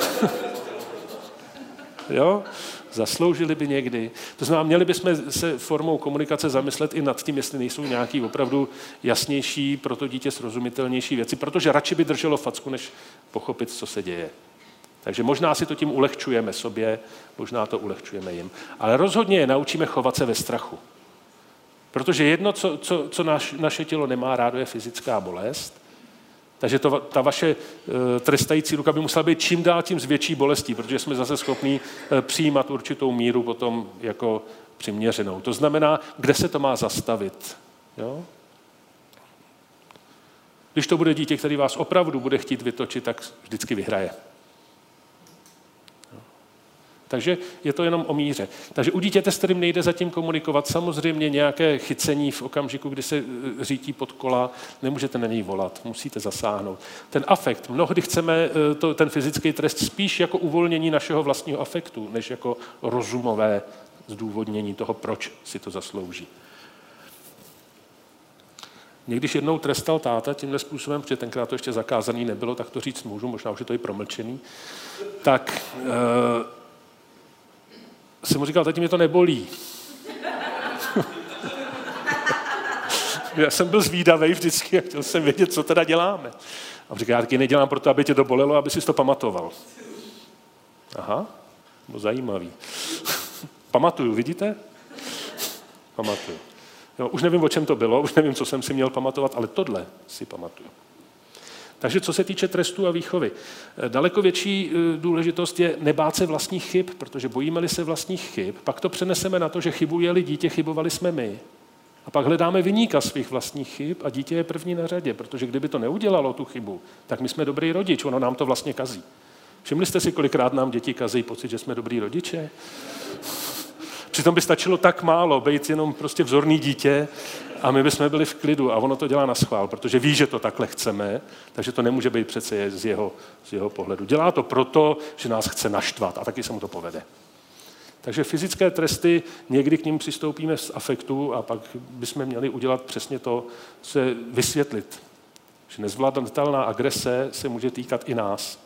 Jo? Zasloužili by někdy. To znamená, měli bychom se formou komunikace zamyslet i nad tím, jestli nejsou nějaký opravdu jasnější, pro to dítě srozumitelnější věci, protože radši by drželo facku, než pochopit, co se děje. Takže možná si to tím ulehčujeme sobě, možná to ulehčujeme jim. Ale rozhodně je naučíme chovat se ve strachu. Protože jedno, co naše tělo nemá rádo, je fyzická bolest. Takže ta vaše trestající ruka by musela být čím dál tím s větší bolestí, protože jsme zase schopní přijímat určitou míru potom jako přiměřenou. To znamená, kde se to má zastavit. Jo? Když to bude dítě, který vás opravdu bude chtít vytočit, tak vždycky vyhraje. Takže je to jenom o míře. Takže u dítěte, s kterým nejde zatím komunikovat, samozřejmě nějaké chycení v okamžiku, kdy se řítí pod kola, nemůžete na něj volat, musíte zasáhnout. Ten afekt, mnohdy chceme ten fyzický trest spíš jako uvolnění našeho vlastního afektu, než jako rozumové zdůvodnění toho, proč si to zaslouží. Mě když jednou trestal táta tímhle způsobem, protože tenkrát to ještě zakázaný nebylo, tak to říct můžu, možná už je to i promlčený, tak jsem mu říkal, tati, mě to nebolí. Já jsem byl zvídavej vždycky a chtěl jsem vědět, co teda děláme. A on říká, já taky nedělám proto, aby tě to bolelo, aby si to pamatoval. Aha, no zajímavý. Pamatuju, vidíte? Pamatuju. Jo, už nevím, o čem to bylo, už nevím, co jsem si měl pamatovat, ale tohle si pamatuju. Takže co se týče trestu a výchovy, daleko větší důležitost je nebát se vlastních chyb, protože bojíme-li se vlastních chyb, pak to přeneseme na to, že chybuje-li dítě, chybovali jsme my. A pak hledáme viníka svých vlastních chyb a dítě je první na řadě, protože kdyby to neudělalo tu chybu, tak my jsme dobrý rodič, ono nám to vlastně kazí. Všimli jste si, kolikrát nám děti kazí pocit, že jsme dobrý rodiče? Přitom by stačilo tak málo, být jenom prostě vzorný dítě a my bychom byli v klidu a ono to dělá na schvál, protože ví, že to takhle chceme, takže to nemůže být přece z jeho pohledu. Dělá to proto, že nás chce naštvat a taky se mu to povede. Takže fyzické tresty, někdy k nim přistoupíme z afektu a pak bychom měli udělat přesně to, se vysvětlit, že nezvládnutelná agrese se může týkat i nás.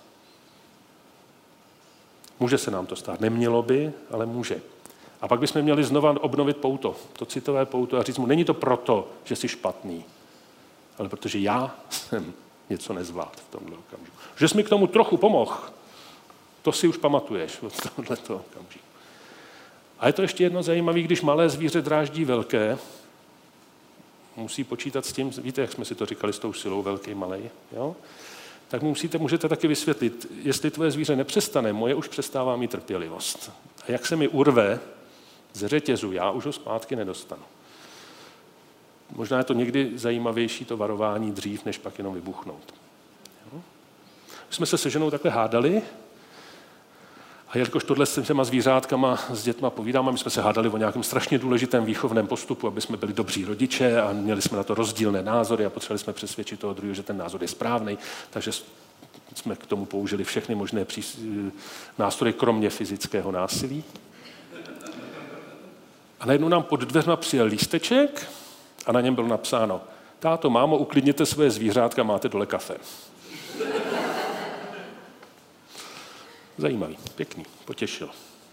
Může se nám to stát. Nemělo by, ale může. A pak bychom měli znova obnovit pouto, to citové pouto a říct mu, není to proto, že jsi špatný, ale protože já jsem něco nezvládl v tomhle okamžiku. Že jsi mi k tomu trochu pomohl, to si už pamatuješ od tohoto okamžiku. A je to ještě jedno zajímavé, když malé zvíře dráždí velké, musí počítat s tím, víte, jak jsme si to říkali s tou silou velký, malej, jo? Tak můžete taky vysvětlit, jestli tvoje zvíře nepřestane, moje už přestává mít trpělivost. A jak se mi urve z řetězu, já už ho zpátky nedostanu. Možná je to někdy zajímavější to varování dřív, než pak jenom vybuchnout. Jo? My jsme se se ženou takhle hádali a jelikož tohle s těma zvířátkama, s dětma povídáme, my jsme se hádali o nějakém strašně důležitém výchovném postupu, aby jsme byli dobří rodiče a měli jsme na to rozdílné názory a potřebovali jsme přesvědčit toho druhého, že ten názor je správný, takže jsme k tomu použili všechny možné nástroje, kromě fyzického násilí. A najednou nám pod dveřma přijel lísteček a na něm bylo napsáno: táto, mámo, uklidněte svoje zvířátka, máte dole kafe. Zajímavý, pěkný, potěšil.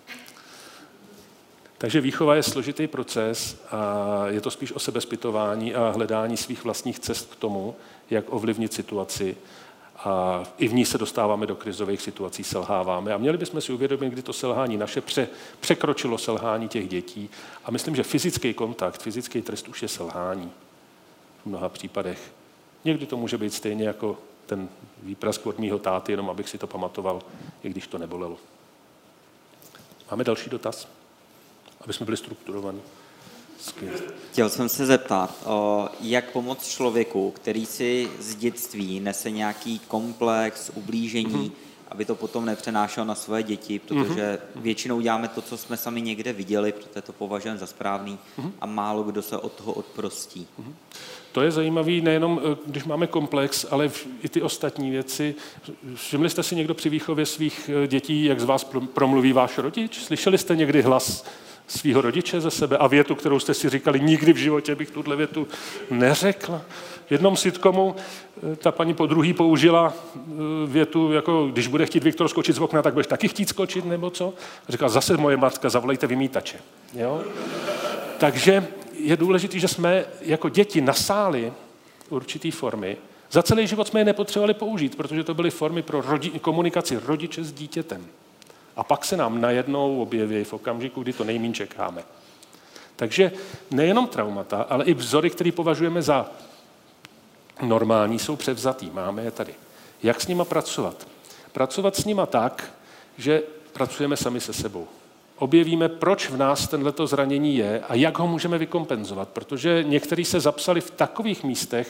Takže výchova je složitý proces a je to spíš o sebezpytování a hledání svých vlastních cest k tomu, jak ovlivnit situaci. A i v ní se dostáváme do krizových situací, selháváme. A měli bychom si uvědomit, kdy to selhání naše překročilo selhání těch dětí. A myslím, že fyzický kontakt, fyzický trest už je selhání v mnoha případech. Někdy to může být stejně jako ten výprask od mýho táty, jenom abych si to pamatoval, i když to nebolelo. Máme další dotaz? Aby jsme byli strukturovaní. Chtěl jsem se zeptat, jak pomoct člověku, který si z dětství nese nějaký komplex, ublížení, aby to potom nepřenášel na své děti, protože většinou děláme to, co jsme sami někde viděli, protože to považujeme za správný a málo kdo se od toho odprostí. To je zajímavý nejenom, když máme komplex, ale i ty ostatní věci. Všimli jste si někdo při výchově svých dětí, jak z vás promluví váš rodič? Slyšeli jste někdy hlas svého rodiče ze sebe a větu, kterou jste si říkali, nikdy v životě bych tuhle větu neřekla? V jednom sitcomu ta paní po druhý použila větu, jako když bude chtít Viktor skočit z okna, tak budeš taky chtít skočit, nebo co? Říkala, zase moje matka, zavolejte vymítače. Jo? Takže je důležité, že jsme jako děti nasáli určitý formy. Za celý život jsme je nepotřebovali použít, protože to byly formy pro komunikaci rodiče s dítětem. A pak se nám najednou objeví v okamžiku, kdy to nejmíň čekáme. Takže nejenom traumata, ale i vzory, které považujeme za normální, jsou převzatý. Máme je tady. Jak s nima pracovat? Pracovat s nima tak, že pracujeme sami se sebou. Objevíme, proč v nás tenhleto zranění je a jak ho můžeme vykompenzovat, protože někteří se zapsali v takových místech,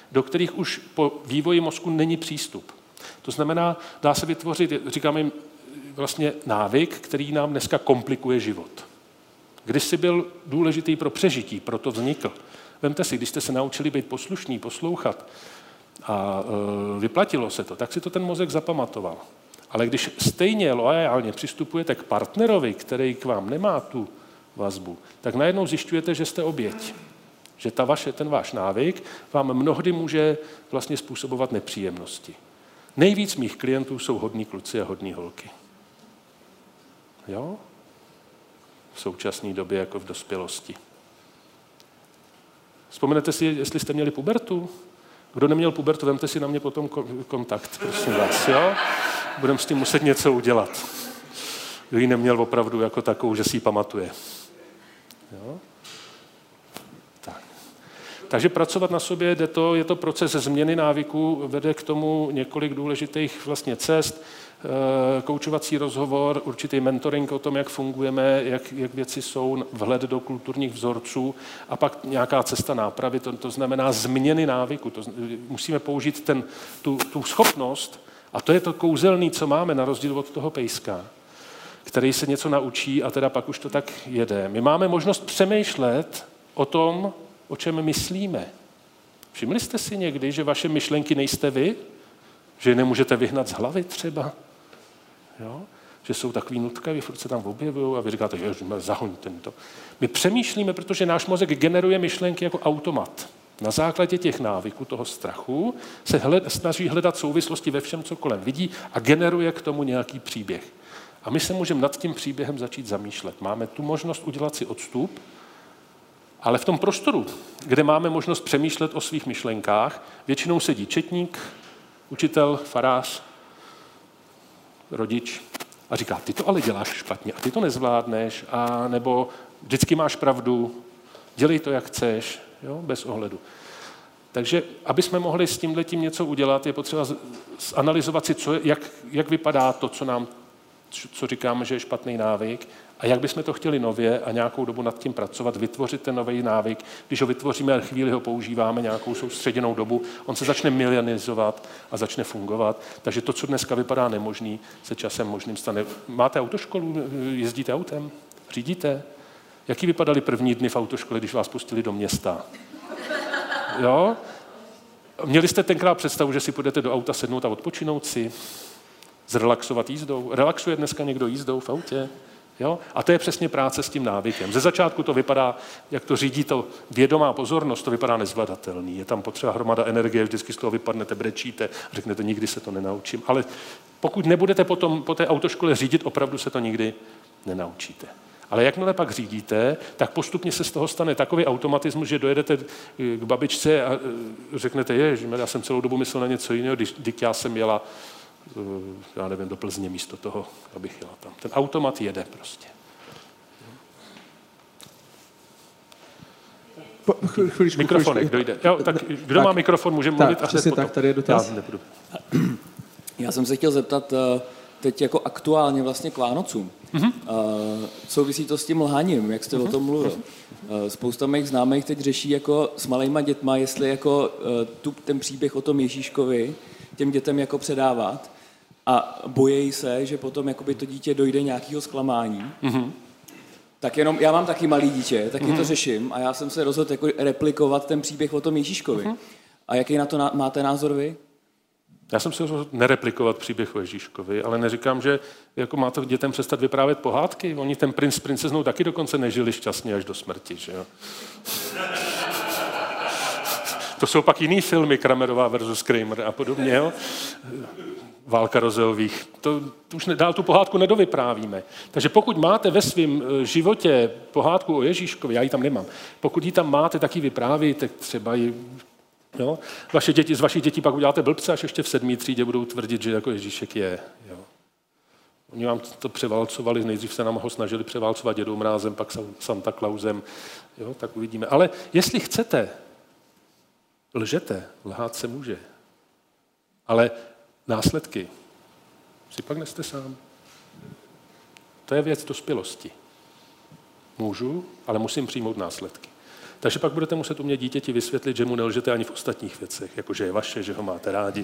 do kterých už po vývoji mozku není přístup. To znamená, dá se vytvořit, říkáme jim, vlastně návyk, který nám dneska komplikuje život. Kdysi byl důležitý pro přežití, proto vznikl. Vemte si, když jste se naučili být poslušní, poslouchat a vyplatilo se to, tak si to ten mozek zapamatoval. Ale když stejně loajálně přistupujete k partnerovi, který k vám nemá tu vazbu, tak najednou zjišťujete, že jste oběť. Že ten váš návyk vám mnohdy může vlastně způsobovat nepříjemnosti. Nejvíc mých klientů jsou hodní kluci a hodní holky. Jo? V současné době jako v dospělosti. Vzpomenete si, jestli jste měli pubertu? Kdo neměl pubertu, vemte si na mě potom kontakt, prosím vás, jo? Budeme s tím muset něco udělat. Kdo ji neměl opravdu jako takovou, že si ji pamatuje. Jo? Tak. Takže pracovat na sobě, je to proces změny návyků, vede k tomu několik důležitých vlastně cest, koučovací rozhovor, určitý mentoring o tom, jak fungujeme, jak věci jsou, vhled do kulturních vzorců a pak nějaká cesta nápravy, to znamená změny návyku. Musíme použít tu schopnost, a to je to kouzelný, co máme, na rozdíl od toho pejska, který se něco naučí a teda pak už to tak jede. My máme možnost přemýšlet o tom, o čem myslíme. Všimli jste si někdy, že vaše myšlenky nejste vy? Že je nemůžete vyhnat z hlavy třeba? Jo? Že jsou takový nutkaví, furt se tam objevují a vy říkáte, že zahoň tento. My přemýšlíme, protože náš mozek generuje myšlenky jako automat. Na základě těch návyků, toho strachu, se snaží hledat souvislosti ve všem, co kolem vidí a generuje k tomu nějaký příběh. A my se můžeme nad tím příběhem začít zamýšlet. Máme tu možnost udělat si odstup, ale v tom prostoru, kde máme možnost přemýšlet o svých myšlenkách, většinou sedí četník, učitel, farář, rodič a říká, ty to ale děláš špatně a ty to nezvládneš, a nebo vždycky máš pravdu, dělej to, jak chceš, jo, bez ohledu. Takže, aby jsme mohli s tímhletím něco udělat, je potřeba zanalyzovat si, jak vypadá to, co říkáme, že je špatný návyk, a jak bychom to chtěli nově a nějakou dobu nad tím pracovat, vytvořit ten nový návyk. Když ho vytvoříme a chvíli ho používáme nějakou soustředěnou dobu, on se začne milionizovat a začne fungovat. Takže to, co dneska vypadá nemožný, se časem možným stane. Máte autoškolu? Jezdíte autem? Řídíte? Jaký vypadaly první dny v autoškole, když vás pustili do města? Jo? Měli jste tenkrát představu, že si půjdete do auta sednout a odpočinout si? Zrelaxovat jízdou? Relaxuje dneska někdo jízdou v autě? Jo? A to je přesně práce s tím návykem. Ze začátku to vypadá, jak to řídí to vědomá pozornost, to vypadá nezvladatelný. Je tam potřeba hromada energie, vždycky z toho vypadnete, brečíte, řeknete, nikdy se to nenaučím. Ale pokud nebudete potom po té autoškole řídit, opravdu se to nikdy nenaučíte. Ale jakmile pak řídíte, tak postupně se z toho stane takový automatismus, že dojedete k babičce a řeknete, já jsem celou dobu myslel na něco jiného, když já jsem jela do Plzně místo toho, abych jela tam. Ten automat jede prostě. Mikrofonek, dojde. Jo, tak kdo má mikrofon, může mluvit. Tak, přesně tak, tady je dotaz. Já jsem se chtěl zeptat teď jako aktuálně vlastně k Vánocům. Souvisí to s tím lhaním, jak jste o tom mluvil. Spousta mých známých teď řeší jako s malejma dětma, jestli jako ten příběh o tom Ježíškovi těm dětem jako předávat a bojejí se, že potom jakoby to dítě dojde nějakého zklamání. Tak jenom, já mám taky malý dítě, taky to řeším a já jsem se rozhodl jako replikovat ten příběh o tom Ježíškovi. A jaký na to máte názor vy? Já jsem se rozhodl nereplikovat příběh o Ježíškovi, ale neříkám, že jako máte dětem přestat vyprávět pohádky. Oni ten princ s princeznou taky dokonce nežili šťastně až do smrti, že jo? To jsou pak jiný filmy, Kramerová versus Kramer a podobně, jo? Válka Rozeových. To už dál tu pohádku nedovyprávíme. Takže pokud máte ve svém životě pohádku o Ježíškovi, já ji tam nemám, pokud ji tam máte, tak ji vyprávíte, třeba ji, jo? Z vašich dětí pak uděláte blbce, až ještě v 7. třídě budou tvrdit, že jako Ježíšek je. Jo? Oni vám to převálcovali, nejdřív se nám ho snažili převálcovat Dědou Mrázem, pak Santa Clausem, jo? Tak uvidíme. Ale jestli chcete, lžete, lhát se může. Ale následky si pak neste sám. To je věc dospělosti. Můžu, ale musím přijmout následky. Takže pak budete muset umět dítěti vysvětlit, že mu nelžete ani v ostatních věcech, jako že je vaše, že ho máte rádi.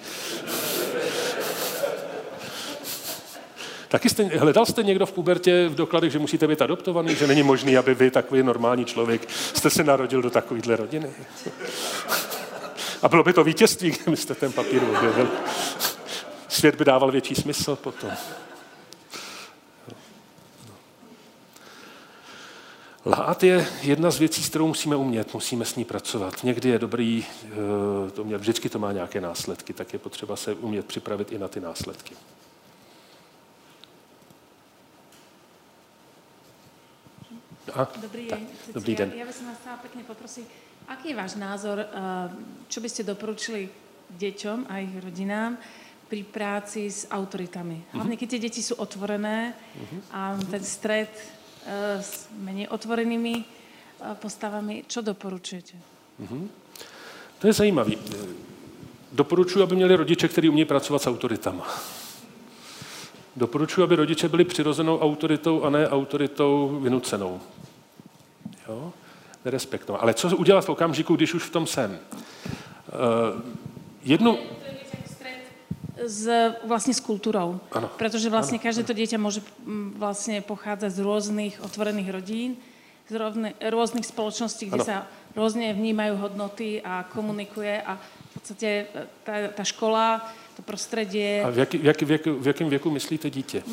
Taky hledal jste někdo v pubertě v dokladech, že musíte být adoptovaný, že není možný, aby vy, takový normální člověk, jste se narodil do takovýhle rodiny? A bylo by to vítězství, kdybyste ten papír objevil. Svět by dával větší smysl potom. Lhát je jedna z věcí, s kterou musíme umět, musíme s ní pracovat. Někdy je dobrý, vždycky to má nějaké následky, tak je potřeba se umět připravit i na ty následky. Dobrý den. Ja by som vás chcela pekne poprosiť, aký je váš názor, čo by ste doporučili deťom a ich rodinám pri práci s autoritami? Hlavne, keď tie deti sú otvorené a ten stret s menej otvorenými postavami, čo doporučujete? To je zajímavý. Doporučuji, aby měli rodiče, kteří umějí pracovat s autoritama. Doporučuji, aby rodiče byli přirozenou autoritou a ne autoritou vynucenou. Jo? Nerespektovat. Ale co udělat v okamžiku, když už v tom jsem? Vlastne s kultúrou. Ano. Pretože vlastne každé to dieťa môže vlastne pochádzať z rôznych otvorených rodín, z rôznych spoločností, kde sa rôzne vnímajú hodnoty a komunikuje a v podstate tá škola, to prostredie... A v jakém věku myslíte dítě?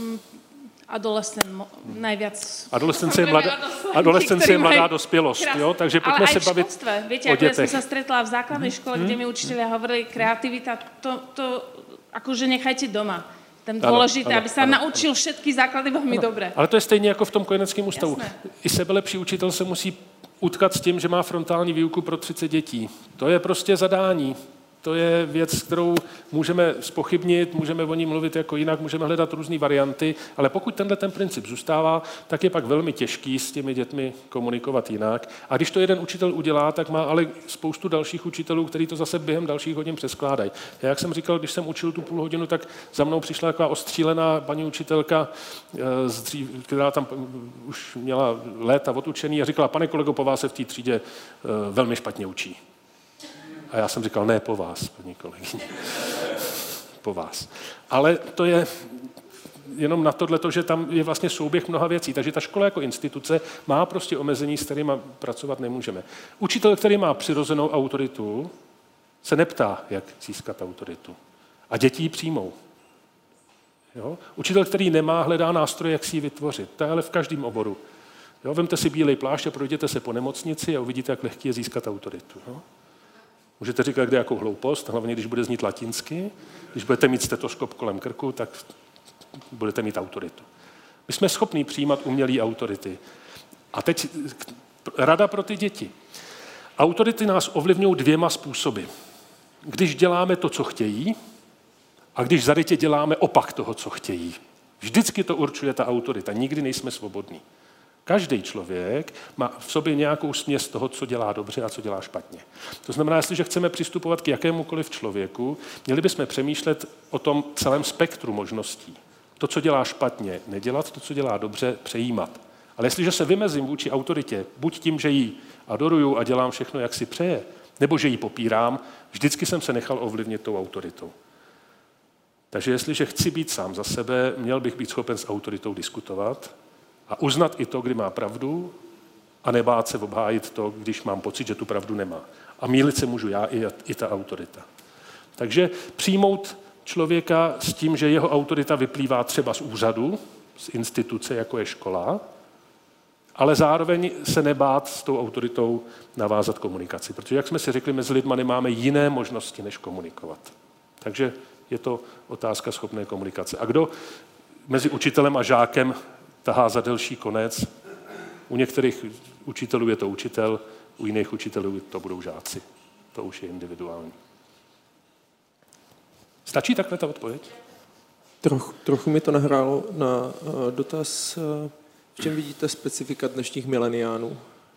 Adolescence je mladá dospělost, jo? Takže pojďme se bavit o dětech. Viete, ako ja som sa stretla v základnej škole, kde mi učitelia hovorili, kreativita, to akože nechajte doma. Tam dôležité, aby sa naučil všetky základy veľmi dobre. Ale to je stejně jako v tom kojeneckém ústavu. Jasné. I sebelepší učitel se musí utkat s tím, že má frontální výuku pro 30 dětí. To je prostě zadání. To je věc, kterou můžeme zpochybnit, můžeme o ní mluvit jako jinak, můžeme hledat různé varianty, ale pokud tenhle ten princip zůstává, tak je pak velmi těžký s těmi dětmi komunikovat jinak. A když to jeden učitel udělá, tak má ale spoustu dalších učitelů, kteří to zase během dalších hodin přeskládají. Já, jak jsem říkal, když jsem učil tu půl hodinu, tak za mnou přišla taková ostřílená paní učitelka, která tam už měla léta odučený a říkala, pane kolego, po vás se v té třídě velmi špatně učí. A já jsem říkal, ne po vás, paní kolegyně, po vás. Ale to je jenom na tohleto, že tam je vlastně souběh mnoha věcí. Takže ta škola jako instituce má prostě omezení, s kterými pracovat nemůžeme. Učitel, který má přirozenou autoritu, se neptá, jak získat autoritu. A děti ji přijmou. Jo? Učitel, který nemá, hledá nástroje, jak si ji vytvořit. To je ale v každém oboru. Jo? Vemte si bílej plášť a projděte se po nemocnici a uvidíte, jak lehký je získat autoritu. Jo? Můžete říkat, kde jakou hloupost, hlavně když bude znít latinsky. Když budete mít stetoskop kolem krku, tak budete mít autoritu. My jsme schopní přijímat umělé autority. A teď rada pro ty děti. Autority nás ovlivňují dvěma způsoby. Když děláme to, co chtějí, a když zarytě děláme opak toho, co chtějí. Vždycky to určuje ta autorita, nikdy nejsme svobodní. Každý člověk má v sobě nějakou směs toho, co dělá dobře a co dělá špatně. To znamená, jestliže chceme přistupovat k jakémukoliv člověku, měli bychom přemýšlet o tom celém spektru možností. To, co dělá špatně, nedělat, to, co dělá dobře, přejímat. Ale jestliže se vymezím vůči autoritě, buď tím, že ji adoruju a dělám všechno, jak si přeje, nebo že ji popírám, vždycky jsem se nechal ovlivnit tou autoritou. Takže jestliže chci být sám za sebe, měl bych být schopen s autoritou diskutovat a uznat i to, kdy má pravdu, a nebát se obhájit to, když mám pocit, že tu pravdu nemá. A mýlit se můžu já i ta autorita. Takže přijmout člověka s tím, že jeho autorita vyplývá třeba z úřadu, z instituce, jako je škola, ale zároveň se nebát s tou autoritou navázat komunikaci. Protože, jak jsme si řekli, mezi lidma nemáme jiné možnosti, než komunikovat. Takže je to otázka schopné komunikace. A kdo mezi učitelem a žákem tahá za delší konec? U některých učitelů je to učitel, u jiných učitelů to budou žáci. To už je individuální. Stačí takhle ta odpověď? Trochu mi to nahrálo na dotaz, v čem vidíte specifika dnešních mileniánů?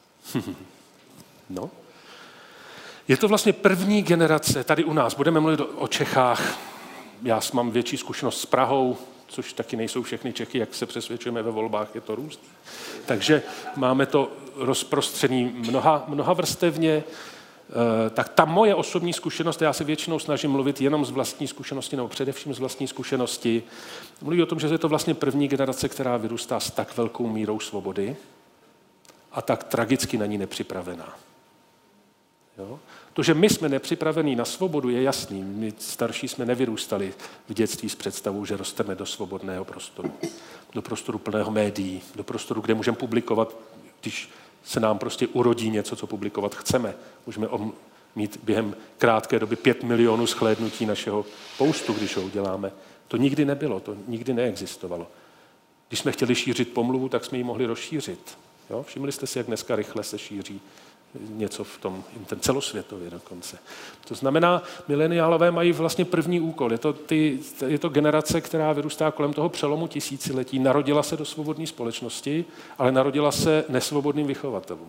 No. Je to vlastně první generace tady u nás. Budeme mluvit o Čechách. Já mám větší zkušenost s Prahou, což taky nejsou všechny Čechy, jak se přesvědčujeme ve volbách, je to různý. Takže máme to rozprostřený mnoha vrstevně. Tak ta moje osobní zkušenost, já se většinou snažím mluvit jenom z vlastní zkušenosti, nebo především z vlastní zkušenosti, mluví o tom, že je to vlastně první generace, která vyrůstá s tak velkou mírou svobody a tak tragicky na ní nepřipravená. Jo? To, že my jsme nepřipravení na svobodu, je jasný. My starší jsme nevyrůstali v dětství s představou, že rosteme do svobodného prostoru. Do prostoru plného médií, do prostoru, kde můžeme publikovat, když se nám prostě urodí něco, co publikovat chceme. Můžeme mít během krátké doby 5 milionů shlédnutí našeho postu, když ho uděláme. To nikdy nebylo, to nikdy neexistovalo. Když jsme chtěli šířit pomluvu, tak jsme ji mohli rozšířit. Jo? Všimli jste si, jak dneska rychle se šíří něco v tom, ten celosvětově dokonce. To znamená, mileniálové mají vlastně první úkol. Je to generace, která vyrůstá kolem toho přelomu tisíciletí, narodila se do svobodné společnosti, ale narodila se nesvobodným vychovatelům.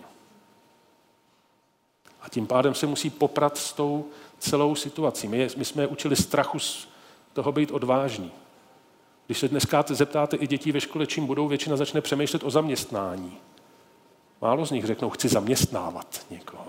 A tím pádem se musí poprat s tou celou situací. My jsme je učili strachu z toho být odvážní. Když se dneska zeptáte i dětí ve škole, čím budou, většina začne přemýšlet o zaměstnání. Málo z nich řeknou, chci zaměstnávat někoho.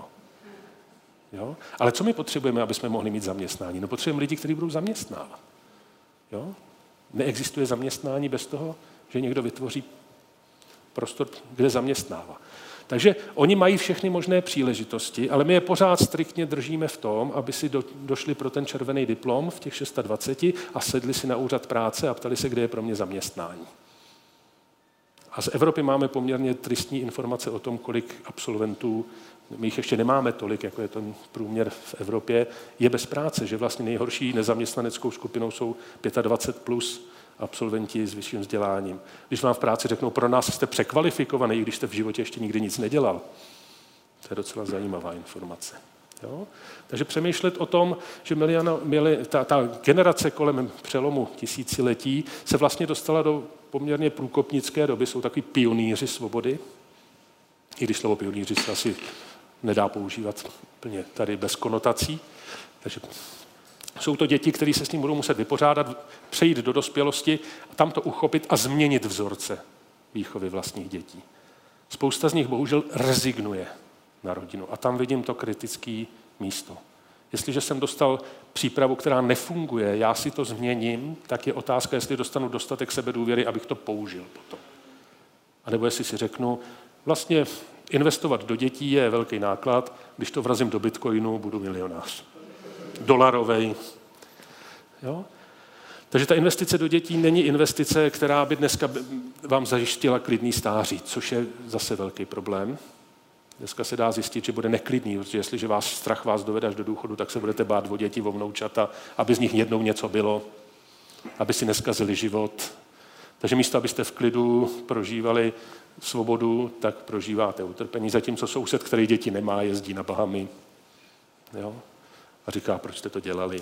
Jo? Ale co my potřebujeme, aby jsme mohli mít zaměstnání? No potřebujeme lidi, kteří budou zaměstnávat. Jo? Neexistuje zaměstnání bez toho, že někdo vytvoří prostor, kde zaměstnává. Takže oni mají všechny možné příležitosti, ale my je pořád striktně držíme v tom, aby si došli pro ten červený diplom v těch 26 a sedli si na úřad práce a ptali se, kde je pro mě zaměstnání. A z Evropy máme poměrně tristní informace o tom, kolik absolventů, my jich ještě nemáme tolik, jako je ten průměr v Evropě, je bez práce, že vlastně nejhorší nezaměstnaneckou skupinou jsou 25 plus absolventi s vyšším vzděláním. Když vám v práci řeknou, pro nás jste překvalifikovaný, i když jste v životě ještě nikdy nic nedělal, to je docela zajímavá informace. Jo? Takže přemýšlet o tom, že ta generace kolem přelomu tisíciletí se vlastně dostala do poměrně průkopnické doby, jsou takový pionýři svobody, i když slovo pionýři se asi nedá používat úplně tady bez konotací. Takže jsou to děti, které se s tím budou muset vypořádat, přejít do dospělosti a tam to uchopit a změnit vzorce výchovy vlastních dětí. Spousta z nich bohužel rezignuje na rodinu a tam vidím to kritické místo. Jestliže jsem dostal přípravu, která nefunguje, já si to změním, tak je otázka, jestli dostanu dostatek sebedůvěry, abych to použil potom. A nebo jestli si řeknu, vlastně investovat do dětí je velký náklad, když to vrazím do bitcoinu, budu milionář. Dolarovej. Jo? Takže ta investice do dětí není investice, která by dneska vám zajištila klidný stáří, což je zase velký problém. Dneska se dá zjistit, že bude neklidný, protože jestliže strach vás dovede až do důchodu, tak se budete bát o děti, o vnoučata, aby z nich jednou něco bylo, aby si neskazili život. Takže místo, abyste v klidu prožívali svobodu, tak prožíváte utrpení, zatímco soused, který děti nemá, jezdí na Bahamy. Jo? A říká, proč jste to dělali.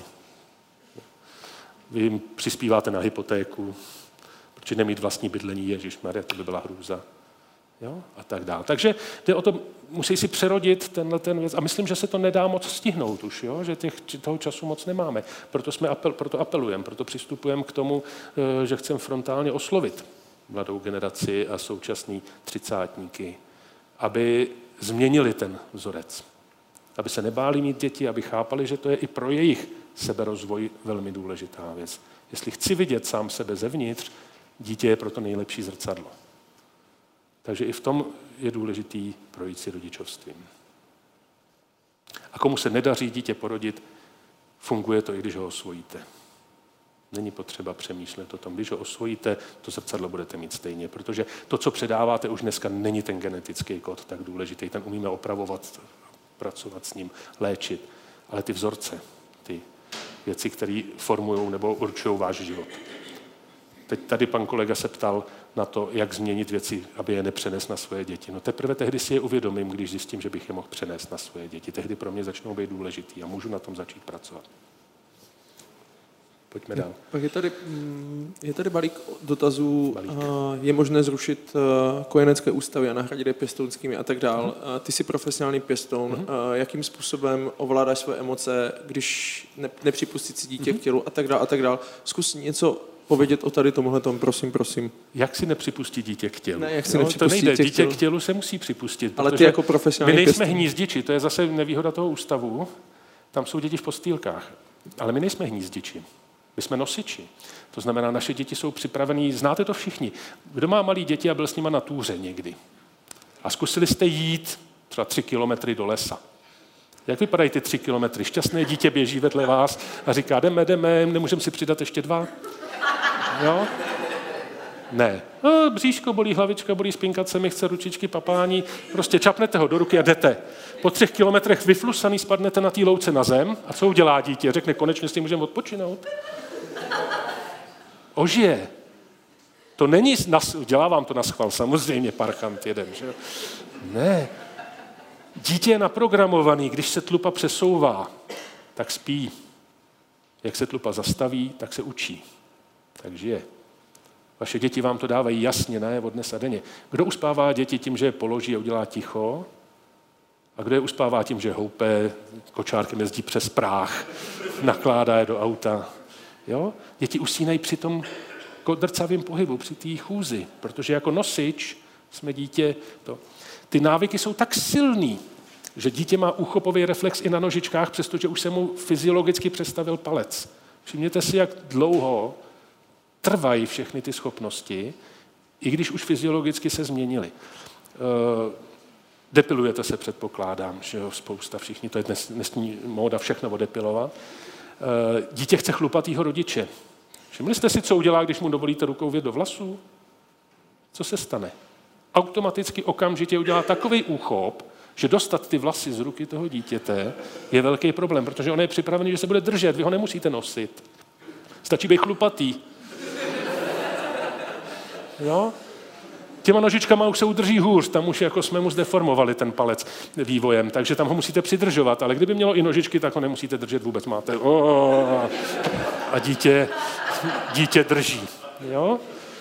Vy jim přispíváte na hypotéku, protože nemít vlastní bydlení, ježišmarja, to by byla hrůza. Jo? A tak dále. Takže jde o to, musí si přerodit ten věc. A myslím, že se to nedá moc stihnout už, jo? Že toho času moc nemáme. Proto apelujeme, proto přistupujeme k tomu, že chceme frontálně oslovit mladou generaci a současný třicátníky, aby změnili ten vzorec. Aby se nebáli mít děti, aby chápali, že to je i pro jejich seberozvoj velmi důležitá věc. Jestli chci vidět sám sebe zevnitř, dítě je proto nejlepší zrcadlo. Takže i v tom je důležitý projít si rodičovstvím. A komu se nedaří dítě porodit, funguje to, i když ho osvojíte. Není potřeba přemýšlet o tom. Když ho osvojíte, to zrcadlo budete mít stejně, protože to, co předáváte, už dneska není ten genetický kód tak důležitý. Ten umíme opravovat, pracovat s ním, léčit. Ale ty vzorce, ty věci, které formují nebo určují váš život. Teď tady pan kolega se ptal na to, jak změnit věci, aby je nepřenes na svoje děti. No teprve tehdy si je uvědomím, když zjistím, že bych je mohl přenést na svoje děti. Tehdy pro mě začnou být důležitý a můžu na tom začít pracovat. Pojďme dál. Pak je tady balík dotazů. Je možné zrušit kojenecké ústavy a nahradit je pěstounskými a tak dál. Ty jsi profesionální pěstoun. Jakým způsobem ovládáš své emoce, když nepřipustit si dítě k tělu a tak dál a tak dál. Zkus něco povědět o tady tomuhle tom, prosím. Jak si nepřipustit dítě k tělu? Ne, jak si No, to nepřipustit nejde. dítě k Dítě tělu? k tělu se musí připustit. Ale ty protože jako profesionální my nejsme pěstoun. hnízdiči, to je zase nevýhoda toho ústavu. Tam jsou děti v postýlkách. Ale my nejsme hnízdiči. My jsme nosiči. To znamená, naše děti jsou připravený, znáte to všichni. Kdo má malý děti a byl s nima na túře někdy? A zkusili jste jít třeba 3 kilometry do lesa. Jak vypadají ty 3 kilometry? Šťastné dítě běží vedle vás a říká, jdeme, nemůžeme si přidat ještě 2? Jo? Ne. Bříško bolí, hlavička bolí, spinkat se mi chce, ručičky, papání. Prostě čapnete ho do ruky a jdete. Po 3 kilometrech vyflusaný spadnete na té louce na zem a co udělá dítě? Řekne, konečně si můžeme odpočinout. Ožije. To není, dělá vám to na schvál, samozřejmě parchant jeden, že jo? Ne. Dítě je naprogramovaný, když se tlupa přesouvá, tak spí. Jak se tlupa zastaví, tak se učí. Tak žije. Vaše děti vám to dávají jasně, ne, od dnes a denně. Kdo uspává děti tím, že je položí a udělá ticho? A kdo je uspává tím, že houpe, kočárkem jezdí přes práh, nakládá je do auta? Jo? Děti usínají při tom drcavém pohybu, při té chůzi, protože jako nosič jsme dítě... Ty návyky jsou tak silný, že dítě má úchopový reflex i na nožičkách, přestože už se mu fyziologicky přestavil palec. Všimněte si, jak dlouho trvají všechny ty schopnosti, i když už fyziologicky se změnily. Depilujete se, předpokládám, že jo, spousta všichni, to je dnesní móda všechno odepilovat. Dítě chce chlupatýho rodiče. Všimli jste si, co udělá, když mu dovolíte rukou vjet do vlasů? Co se stane? Automaticky okamžitě udělá takový úchop, že dostat ty vlasy z ruky toho dítěte je velký problém, protože on je připravený, že se bude držet, vy ho nemusíte nosit. Stačí být chlupatý. Jo? Těma nožičkama už se udrží hůř, tam už jako jsme mu zdeformovali ten palec vývojem, takže tam ho musíte přidržovat, ale kdyby mělo i nožičky, tak ho nemusíte držet vůbec, máte a dítě drží. Jo?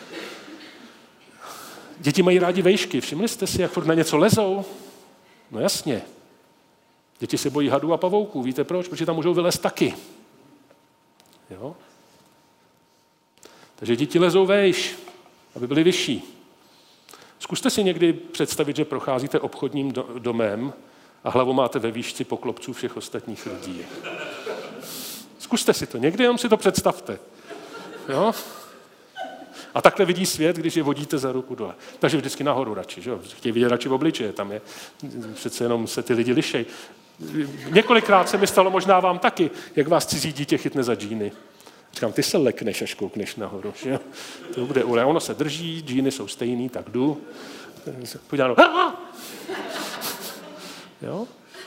Děti mají rádi vejšky, všimli jste si, jak furt na něco lezou? No jasně. Děti se bojí hadů a pavouků, víte proč? Protože tam můžou vylézt taky. Jo? Takže děti lezou vejš, aby byly vyšší. Zkuste si někdy představit, že procházíte obchodním domem a hlavu máte ve výšci poklopců všech ostatních lidí. Zkuste si to někdy, jenom si to představte. Jo? A takhle vidí svět, když je vodíte za ruku dole. Takže vždycky nahoru radši, že jo? Chtějí vidět radši v obličeje, tam je, přece jenom se ty lidi lišej. Několikrát se mi stalo, možná vám taky, jak vás cizí dítě chytne za džíny. Říkám, ty se lekneš, až koukneš nahoru. Že? To bude ule. Ono se drží, džíny jsou stejný, tak jdu. Podívám, jo?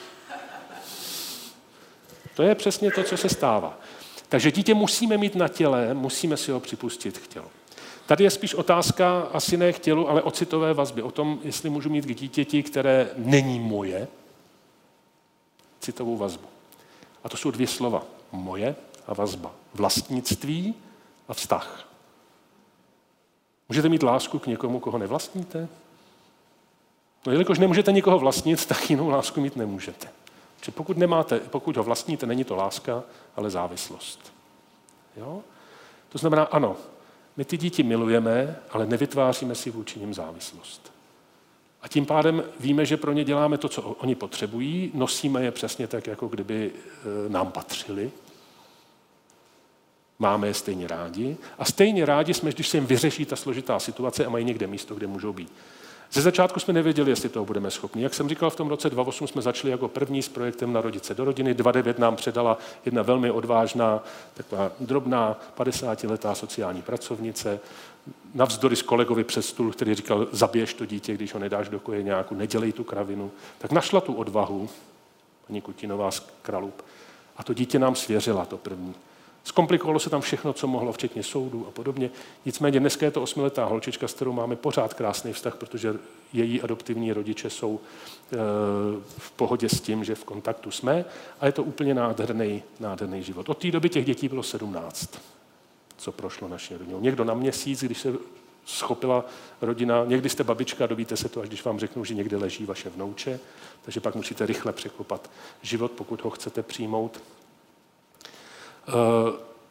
To je přesně to, co se stává. Takže dítě musíme mít na těle, musíme si ho připustit k tělu. Tady je spíš otázka asi ne k tělu, ale o citové vazbě. O tom, jestli můžu mít k dítěti, které není moje, citovou vazbu. A to jsou 2 slova. Moje a vazba. Vlastnictví a vztah. Můžete mít lásku k někomu, koho nevlastníte? No, jelikož nemůžete nikoho vlastnit, tak jinou lásku mít nemůžete. Protože pokud ho vlastníte, není to láska, ale závislost. Jo? To znamená, ano, my ty děti milujeme, ale nevytváříme si vůči nim závislost. A tím pádem víme, že pro ně děláme to, co oni potřebují, nosíme je přesně tak, jako kdyby nám patřili. Máme je stejně rádi. A stejně rádi jsme, když se jim vyřeší ta složitá situace a mají někde místo, kde můžou být. Ze začátku jsme nevěděli, jestli toho budeme schopni. Jak jsem říkal, v tom roce 2008 jsme začali jako první s projektem Narodit se do rodiny. 2009 nám předala jedna velmi odvážná, taková drobná 50letá sociální pracovnice, navzdory s kolegovi přes stůl, který říkal, zabiješ to dítě, když ho nedáš do kojeňáku, nedělej tu kravinu. Tak našla tu odvahu, paní Kutinová z Kralup, a to dítě nám svěřila, to první. Zkomplikovalo se tam všechno, co mohlo, včetně soudů a podobně. Nicméně dneska je to 8letá holčička, s kterou máme pořád krásný vztah, protože její adoptivní rodiče jsou v pohodě s tím, že v kontaktu jsme, a je to úplně nádherný život. Od té doby těch dětí bylo 17, co prošlo naší rodinou. Někdo na měsíc, když se schopila rodina, někdy jste babička, dovíte se to, až když vám řeknou, že někde leží vaše vnouče, takže pak musíte rychle překlopat život, pokud ho chcete přijmout.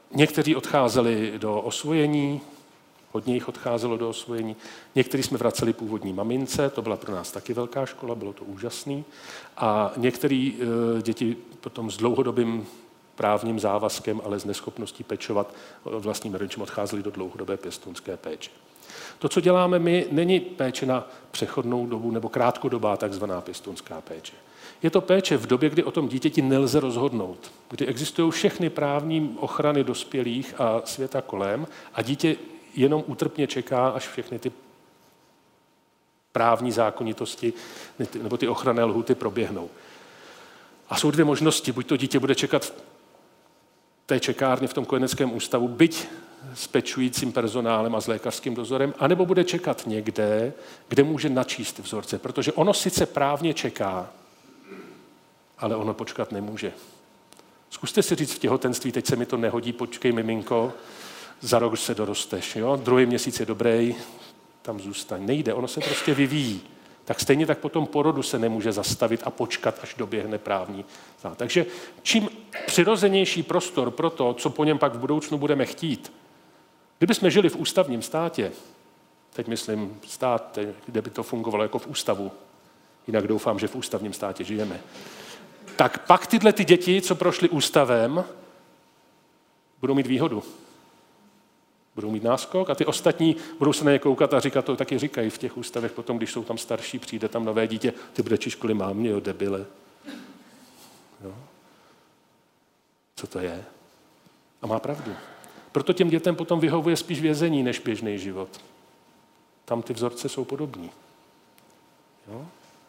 Někteří odcházeli do osvojení, hodně jich odcházelo do osvojení, někteří jsme vraceli původní mamince, to byla pro nás taky velká škola, bylo to úžasný. A některé děti potom s dlouhodobým právním závazkem, ale s neschopností pečovat vlastním rodičům odcházeli do dlouhodobé pěstounské péče. To, co děláme my, není péče na přechodnou dobu nebo krátkodobá takzvaná pěstounská péče. Je to péče v době, kdy o tom dítěti nelze rozhodnout, kdy existují všechny právní ochrany dospělých a světa kolem a dítě jenom útrpně čeká, až všechny ty právní zákonitosti nebo ty ochranné lhuty proběhnou. A jsou dvě možnosti. Buď to dítě bude čekat v té čekárně v tom kojeneckém ústavu, byť s pečujícím personálem a s lékařským dozorem, anebo bude čekat někde, kde může načíst vzorce, protože ono sice právně čeká, ale ono počkat nemůže. Zkuste si říct v těhotenství, teď se mi to nehodí, počkej miminko, za rok se dorosteš, jo? Druhý měsíc je dobrý, tam zůstaň. Nejde, ono se prostě vyvíjí. Tak stejně tak po tom porodu se nemůže zastavit a počkat, až doběhne právní. Takže čím přirozenější prostor pro to, co po něm pak v budoucnu budeme chtít. Kdybychom žili v ústavním státě, teď myslím stát, kde by to fungovalo jako v ústavu, jinak doufám, že v ústavním státě žijeme, tak pak tyhle ty děti, co prošly ústavem, budou mít výhodu. Budou mít náskok a ty ostatní budou se na ně koukat a říkat, to taky říkají v těch ústavech, potom, když jsou tam starší, přijde tam nové dítě, ty budeš kvůli mámě, jo, debile. Jo? Co to je? A má pravdu. Proto těm dětem potom vyhovuje spíš vězení, než běžný život. Tam ty vzorce jsou podobní. Jo?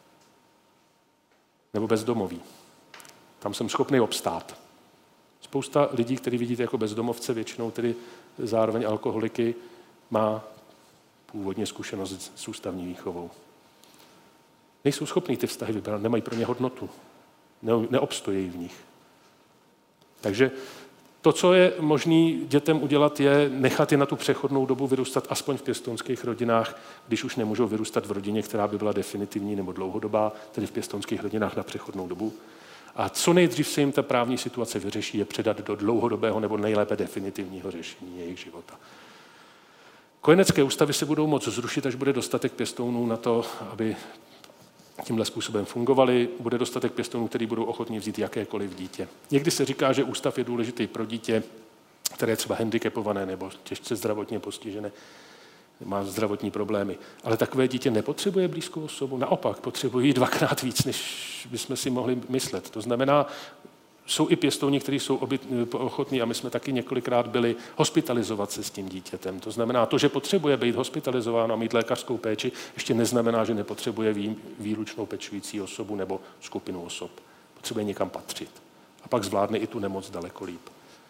Nebo bezdomoví. Tam jsem schopný obstát. Spousta lidí, který vidíte jako bezdomovce, většinou tedy zároveň alkoholiky, má původně zkušenost s ústavní výchovou. Nejsou schopní ty vztahy vybrat, nemají pro ně hodnotu. Neobstojí v nich. Takže to, co je možné dětem udělat, je nechat je na tu přechodnou dobu vyrůstat aspoň v pěstounských rodinách, když už nemůžou vyrůstat v rodině, která by byla definitivní nebo dlouhodobá, tedy v pěstounských rodinách na přechodnou dobu. A co nejdřív se jim ta právní situace vyřeší, je předat do dlouhodobého nebo nejlépe definitivního řešení jejich života. Kojenecké ústavy se budou moct zrušit, až bude dostatek pěstounů na to, aby tímhle způsobem fungovali. Bude dostatek pěstounů, kteří budou ochotní vzít jakékoliv dítě. Někdy se říká, že ústav je důležitý pro dítě, které je třeba handicapované nebo těžce zdravotně postižené, má zdravotní problémy. Ale takové dítě nepotřebuje blízkou osobu, naopak potřebují dvakrát víc, než bychom si mohli myslet. To znamená, jsou i pěstouni, kteří jsou ochotní, a my jsme taky několikrát byli, hospitalizovat se s tím dítětem. To znamená, to, že potřebuje být hospitalizováno a mít lékařskou péči, ještě neznamená, že nepotřebuje výlučnou pečující osobu nebo skupinu osob. Potřebuje někam patřit. A pak zvládne i tu nemoc daleko líp.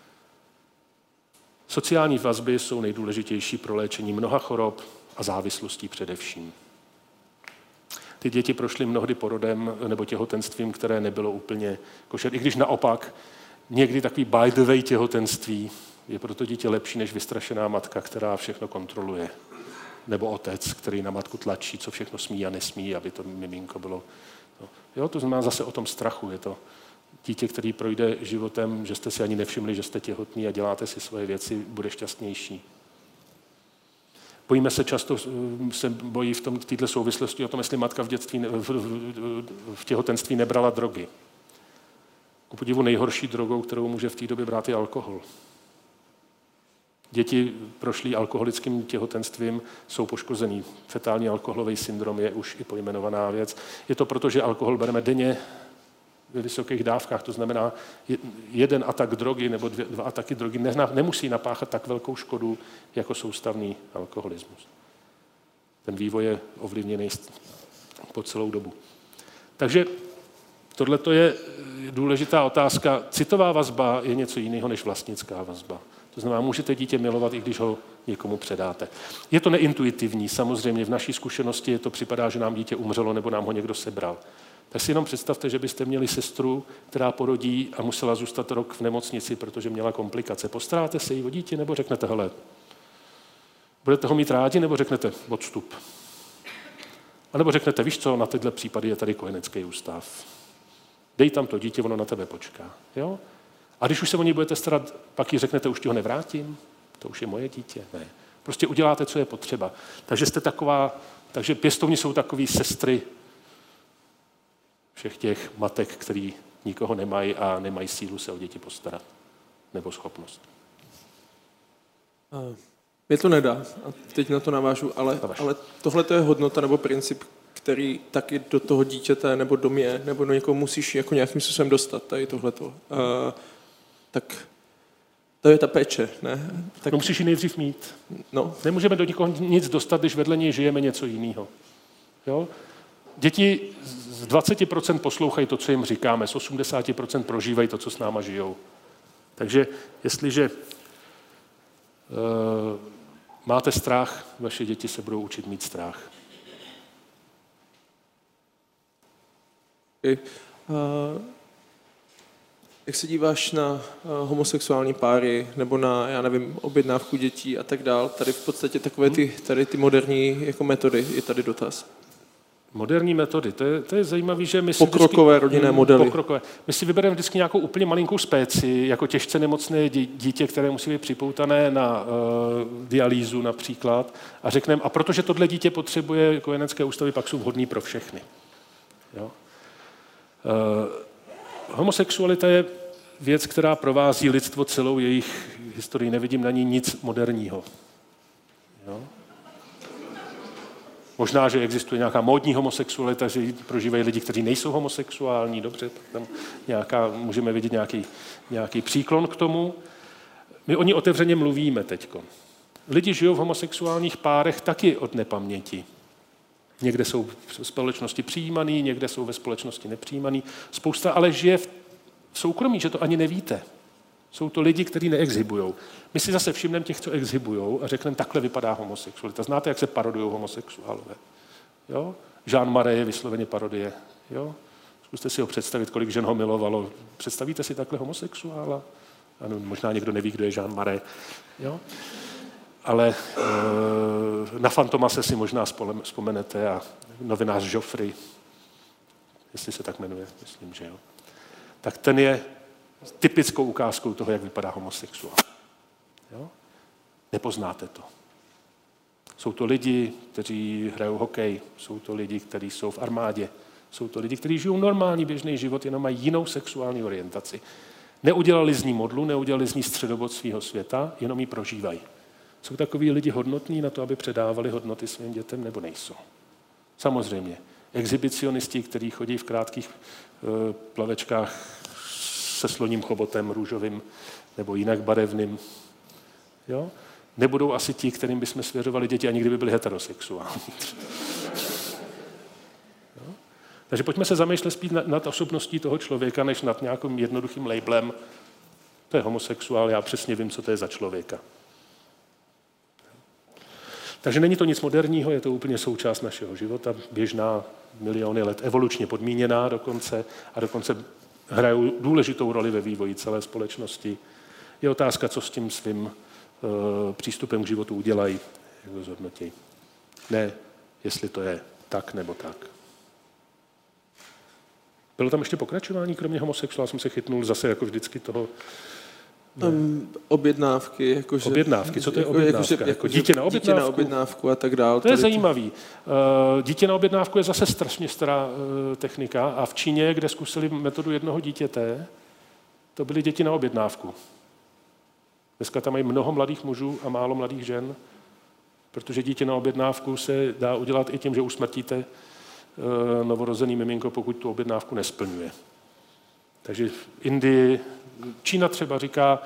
Sociální vazby jsou nejdůležitější pro léčení mnoha chorob a závislostí především. Ty děti prošly mnohdy porodem nebo těhotenstvím, které nebylo úplně košer. I když naopak někdy takový by the way těhotenství je pro to dítě lepší než vystrašená matka, která všechno kontroluje. Nebo otec, který na matku tlačí, co všechno smí a nesmí, aby to miminko bylo. Jo, to znamená zase o tom strachu. Je to dítě, který projde životem, že jste si ani nevšimli, že jste těhotný a děláte si svoje věci, bude šťastnější. Bojíme se často, se bojí v této souvislosti o tom, jestli matka v těhotenství nebrala drogy. Ku podivu nejhorší drogou, kterou může v té době brát, je alkohol. Děti prošlí alkoholickým těhotenstvím, jsou poškozený. Fetální alkoholový syndrom je už i pojmenovaná věc. Je to proto, že alkohol bereme denně ve vysokých dávkách, to znamená, jeden atak drogy nebo dva ataky drogy nemusí napáchat tak velkou škodu jako soustavný alkoholismus. Ten vývoj je ovlivněný po celou dobu. Takže tohle je důležitá otázka. Citová vazba je něco jiného než vlastnická vazba. To znamená, můžete dítě milovat, i když ho někomu předáte. Je to neintuitivní, samozřejmě v naší zkušenosti to připadá, že nám dítě umřelo nebo nám ho někdo sebral. Tak si jenom představte, že byste měli sestru, která porodí a musela zůstat rok v nemocnici, protože měla komplikace. Postaráte se jí o dítě nebo řeknete, hele, budete ho mít rádi nebo řeknete odstup. A nebo řeknete, víš co, na tyhle případy je tady kojenecký ústav. Dej tam to dítě, ono na tebe počká. Jo? A když už se o něj budete starat, pak jí řeknete, už ti ho nevrátím, to už je moje dítě. Ne. Prostě uděláte, co je potřeba. Takže pěstouni jsou takový sestry všech těch matek, který nikoho nemají a nemají sílu se o děti postarat. Nebo schopnost. Mě to nedá, a teď na to navážu, ale tohle to je hodnota nebo princip, který taky do toho dítěte nebo do mě, nebo do někoho musíš jako nějakým způsobem dostat, tady tohleto. Tak to je ta péče, ne? Tak... No musíš ji nejdřív mít. No. Nemůžeme do nikoho nic dostat, když vedle něj žijeme něco jiného. Jo? Děti z 20% poslouchají to, co jim říkáme, z 80% prožívají to, co s náma žijou. Takže jestliže máte strach, vaše děti se budou učit mít strach. Okay. Jak se díváš na homosexuální páry nebo na, já nevím, objednávku dětí a tak dál? Tady v podstatě takové ty moderní jako metody, je tady dotaz. Moderní metody, to je zajímavé, že my si pokrokové rodinné modely. Pokrokové. My si vybereme vždycky nějakou úplně malinkou spéci, jako těžce nemocné dítě, které musí být připoutané na dialýzu například, a řekneme, a protože tohle dítě potřebuje kojenecké ústavy, pak jsou vhodný pro všechny. Jo? Homosexualita je věc, která provází lidstvo celou jejich historii. Nevidím na ní nic moderního. Jo? Možná, že existuje nějaká módní homosexualita, že prožívají lidi, kteří nejsou homosexuální, dobře, tam můžeme vidět nějaký příklon k tomu. My o ní otevřeně mluvíme teďko. Lidi žijou v homosexuálních párech taky od nepaměti. Někde jsou v společnosti přijímaný, někde jsou ve společnosti nepřijímaný. Spousta ale žije v soukromí, že to ani nevíte. Jsou to lidi, kteří neexhibujou. My si zase všimneme těch, co exhibujou, a řekneme, takhle vypadá homosexualita. Znáte, jak se parodujou homosexuálové? Jo? Jean Marais je vysloveně parodie. Jo? Zkuste si ho představit, kolik žen ho milovalo. Představíte si takhle homosexuála? Ano, možná někdo neví, kdo je Jean Marais. Jo? Ale na Fantomase si možná vzpomenete a novinář Joffrey, jestli se tak jmenuje, myslím, že jo. Tak ten je typickou ukázkou toho, jak vypadá homosexuál. Jo? Nepoznáte to. Jsou to lidi, kteří hrajou hokej, jsou to lidi, kteří jsou v armádě, jsou to lidi, kteří žijou normální běžný život, jenom mají jinou sexuální orientaci. Neudělali z ní modlu, neudělali z ní středobod svého světa, jenom ji prožívají. Jsou takoví lidi hodnotní na to, aby předávali hodnoty svým dětem, nebo nejsou? Samozřejmě. Exhibicionisti, kteří chodí v krátkých plavečkách se sloním chobotem růžovým nebo jinak barevným. Jo? Nebudou asi ti, kterým bychom svěřovali děti, ani kdyby byli heterosexuální. Jo? Takže pojďme se zamýšlet spíš nad osobností toho člověka, než nad nějakým jednoduchým labelem. To je homosexuál, já přesně vím, co to je za člověka. Takže není to nic moderního, je to úplně součást našeho života, běžná, miliony let, evolučně podmíněná dokonce, a dokonce hrajou důležitou roli ve vývoji celé společnosti. Je otázka, co s tím svým přístupem k životu udělají, jak ho zhodnotí. Ne, jestli to je tak nebo tak. Bylo tam ještě pokračování, kromě homosexuála, jsem se chytnul zase jako vždycky toho... Objednávky, jakože... Objednávky, co to je objednávka? Jako dítě na objednávku? Dítě na objednávku a tak dále. To je zajímavý. Dítě na objednávku je zase strašně stará technika, a v Číně, kde zkusili metodu jednoho dítěte, to byly děti na objednávku. Dneska tam mají mnoho mladých mužů a málo mladých žen, protože dítě na objednávku se dá udělat i tím, že usmrtíte novorozený miminko, pokud tu objednávku nesplňuje. Takže v Indii, Čína třeba říká,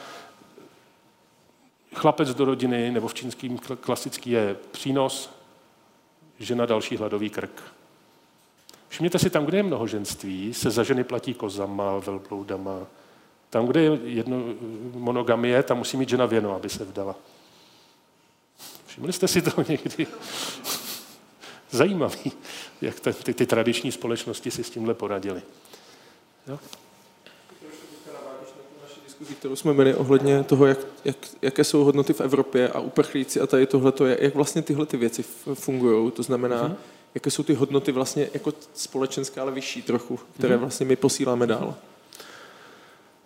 chlapec do rodiny, nebo v čínským klasický je přínos, žena další hladový krk. Všimněte si, tam, kde je mnohoženství, se za ženy platí kozama, velbloudama. Tam, kde je jedno monogamie, tam musí mít žena věno, aby se vdala. Všimli jste si to někdy? Zajímavý, jak ty tradiční společnosti si s tímhle poradili. Jo? Kterou jsme měli ohledně toho, jaké jsou hodnoty v Evropě a uprchlíci a tady tohleto, jak vlastně tyhle ty věci fungují. To znamená, jaké jsou ty hodnoty vlastně jako společenské, ale vyšší trochu, které vlastně my posíláme dál.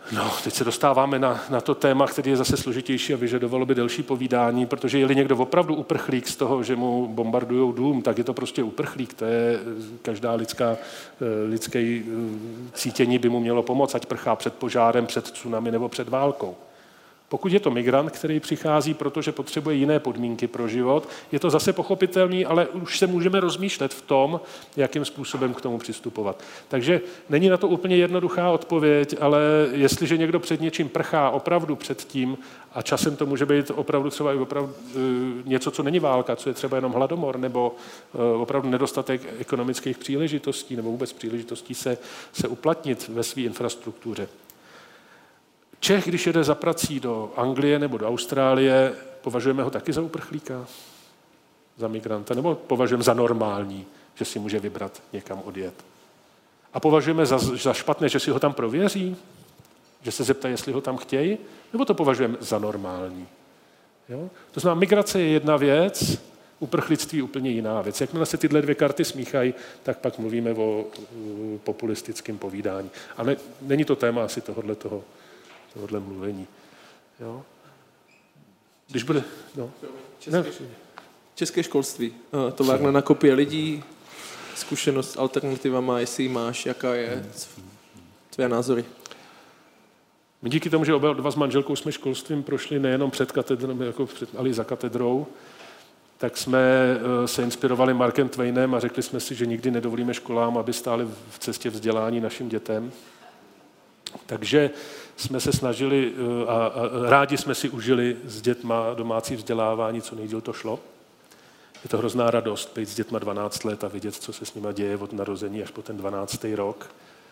No, teď se dostáváme na to téma, který je zase složitější a vyžadovalo by delší povídání, protože je-li někdo opravdu uprchlík z toho, že mu bombardujou dům, tak je to prostě uprchlík. To je každá lidské cítění by mu mělo pomoct, ať prchá před požárem, před tsunami nebo před válkou. Pokud je to migrant, který přichází, protože potřebuje jiné podmínky pro život, je to zase pochopitelný, ale už se můžeme rozmýšlet v tom, jakým způsobem k tomu přistupovat. Takže není na to úplně jednoduchá odpověď, ale jestliže někdo před něčím prchá opravdu před tím, a časem to může být opravdu třeba i něco, co není válka, co je třeba jenom hladomor, nebo opravdu nedostatek ekonomických příležitostí, nebo vůbec příležitostí se uplatnit ve své infrastruktuře. Čech, když jede za prací do Anglie nebo do Austrálie, považujeme ho taky za uprchlíka, za migranta, nebo považujeme za normální, že si může vybrat někam odjet. A považujeme za špatné, že si ho tam prověří, že se zeptají, jestli ho tam chtějí, nebo to považujeme za normální. Jo? To znamená, migrace je jedna věc, uprchlictví úplně jiná věc. Jakmile se tyhle dvě karty smíchají, tak pak mluvíme o populistickém povídání. Ale není to téma asi tohodle mluvení. Jo? Když bude... No. České školství. Továrna na kopie lidí, zkušenost s alternativama, jestli ji máš, jaká je, tvé názory. My díky tomu, že oba dva s manželkou jsme školstvím prošli nejenom před katedrou, ale i za katedrou, tak jsme se inspirovali Markem Twainem a řekli jsme si, že nikdy nedovolíme školám, aby stáli v cestě vzdělání našim dětem. Takže jsme se snažili a rádi jsme si užili s dětma domácí vzdělávání, co nejdýl to šlo. Je to hrozná radost být s dětma 12 let a vidět, co se s nima děje od narození až po ten 12. rok.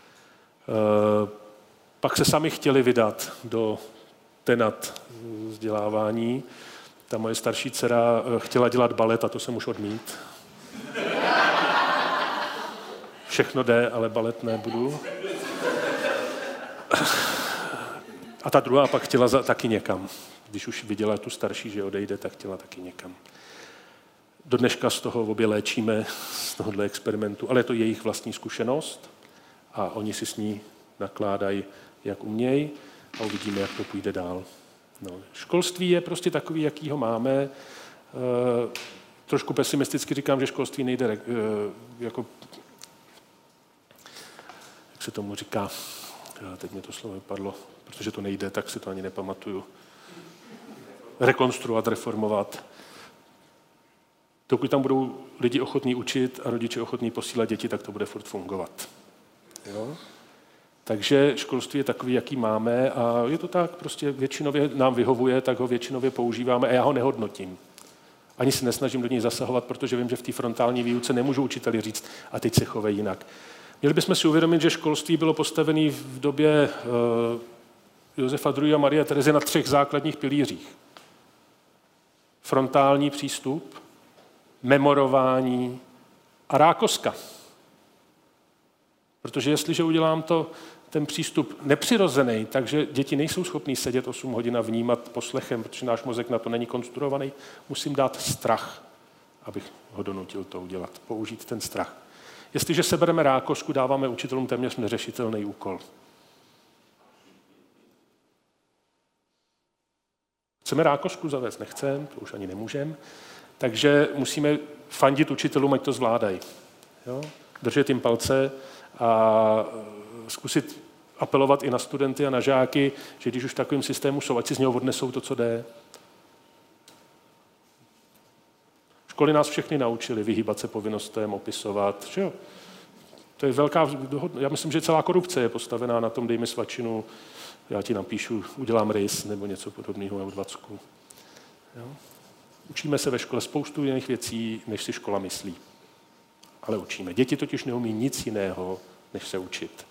Pak se sami chtěli vydat do tenat vzdělávání. Ta moje starší dcera chtěla dělat balet a to jsem už odmít. Všechno jde, ale balet nebudu. A ta druhá pak chtěla taky někam. Když už viděla tu starší, že odejde, tak chtěla taky někam. Do dneška z toho obě léčíme, z tohohle experimentu, ale je to jejich vlastní zkušenost a oni si s ní nakládají, jak umějí a uvidíme, jak to půjde dál. No, školství je prostě takový, jaký ho máme. Trošku pesimisticky říkám, že školství nejde jako, jak se tomu říká, teď mě to slovo vypadlo, protože to nejde, tak si to ani nepamatuju. Rekonstruovat, reformovat. Dokud tam budou lidi ochotní učit a rodiče ochotní posílat děti, tak to bude furt fungovat. Jo? Takže školství je takový, jaký máme a je to tak, prostě většinově nám vyhovuje, tak ho většinově používáme a já ho nehodnotím. Ani se nesnažím do něj zasahovat, protože vím, že v té frontální výuce nemůžu učiteli říct a teď se chovej jinak. Měli bychom si uvědomit, že školství bylo postavené v době Josefa II. A Marie Terezy na 3 základních pilířích. Frontální přístup, memorování a rákoska. Protože jestliže udělám ten přístup nepřirozený, takže děti nejsou schopní sedět 8 hodin a vnímat poslechem, protože náš mozek na to není konstruovaný, musím dát strach, abych ho donutil to udělat, použít ten strach. Jestliže sebereme rákosku, dáváme učitelům téměř neřešitelný úkol. Chceme rákosku zavést? Nechceme, to už ani nemůžeme. Takže musíme fandit učitelům, ať to zvládají. Jo? Držet jim palce a zkusit apelovat i na studenty a na žáky, že když už v takovém systému jsou, ať si z něho odnesou to, co jde. Školy nás všechny naučily vyhýbat se povinnostem, opisovat. Že jo? To je velká dohoda. Já myslím, že celá korupce je postavená na tom, dej mi svačinu, já ti napíšu, udělám rys nebo něco podobného, nebo 20. Jo? Učíme se ve škole spoustu jiných věcí, než si škola myslí. Ale učíme. Děti totiž neumí nic jiného, než se učit.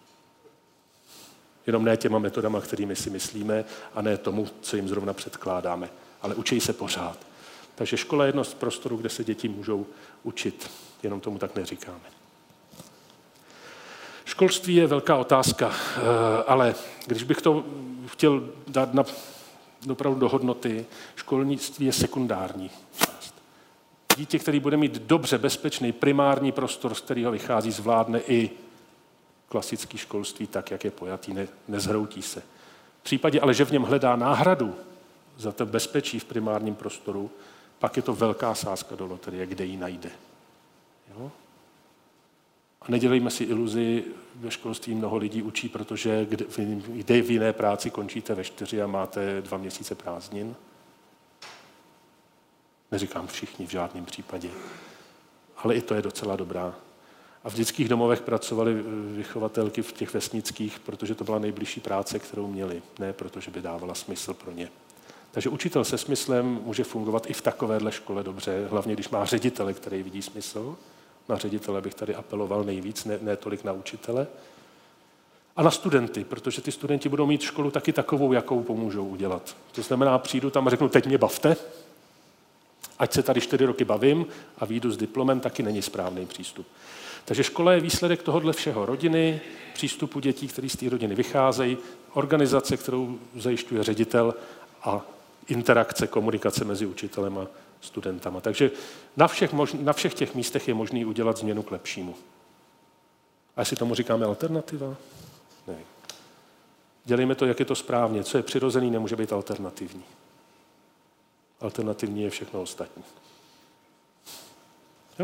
Jenom ne těma metodama, kterými si myslíme, a ne tomu, co jim zrovna předkládáme. Ale učí se pořád. Takže škola je jedno z prostorů, kde se děti můžou učit. Jenom tomu tak neříkáme. Školství je velká otázka, ale když bych to chtěl dát opravdu do hodnoty, školnictví je sekundární část. Dítě, který bude mít dobře bezpečný primární prostor, z kterého vychází, zvládne i klasické školství tak, jak je pojatý, nezhroutí se. V případě ale, že v něm hledá náhradu za to bezpečí v primárním prostoru, pak je to velká sázka do loterie, kde ji najde. Jo? A nedělejme si iluzi, ve školství mnoho lidí učí, protože kde v jiné práci končíte ve 4 a máte 2 měsíce prázdnin. Neříkám všichni v žádném případě, ale i to je docela dobrá. A v dětských domovech pracovaly vychovatelky v těch vesnických, protože to byla nejbližší práce, kterou měli, ne protože by dávala smysl pro ně. Takže učitel se smyslem může fungovat i v takovéhle škole dobře, hlavně když má ředitele, který vidí smysl. Na ředitele bych tady apeloval nejvíc, ne tolik na učitele. A na studenty, protože ty studenti budou mít školu taky takovou, jakou pomůžou udělat. To znamená, přijdu tam a řeknu, teď mě bavte, ať se tady 4 roky bavím a vyjdu s diplomem, taky není správný přístup. Takže škola je výsledek tohohle všeho rodiny, přístupu dětí, který z té rodiny vycházejí, organizace, kterou zajišťuje ředitel a interakce, komunikace mezi učitelem a studentama. Takže na všech těch místech je možné udělat změnu k lepšímu. A jestli tomu říkáme alternativa? Ne. Dělejme to, jak je to správně. Co je přirozený, nemůže být alternativní. Alternativní je všechno ostatní. Jo?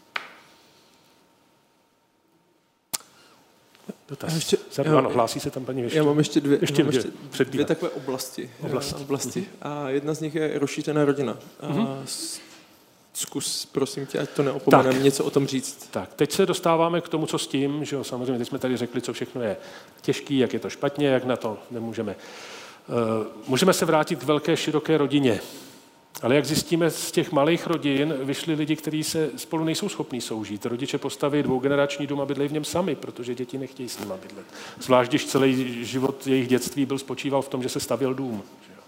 Dotaz. Ano, hlásí se tam paní ještě. Já mám ještě dvě takové oblasti. A jedna z nich je rozšířená rodina. Zkus, prosím tě, ať to neopomenem, něco o tom říct. Tak, teď se dostáváme k tomu, co s tím, že jo, samozřejmě, teď jsme tady řekli, co všechno je těžký, jak je to špatně, jak na to nemůžeme. Můžeme se vrátit k velké, široké rodině. Ale jak zjistíme, z těch malých rodin vyšli lidi, kteří se spolu nejsou schopní soužít. Rodiče postaví 2generační dům a bydlejí v něm sami, protože děti nechtějí s nimi bydlet. Zvlášť, když celý život jejich dětství spočíval v tom, že se stavěl dům.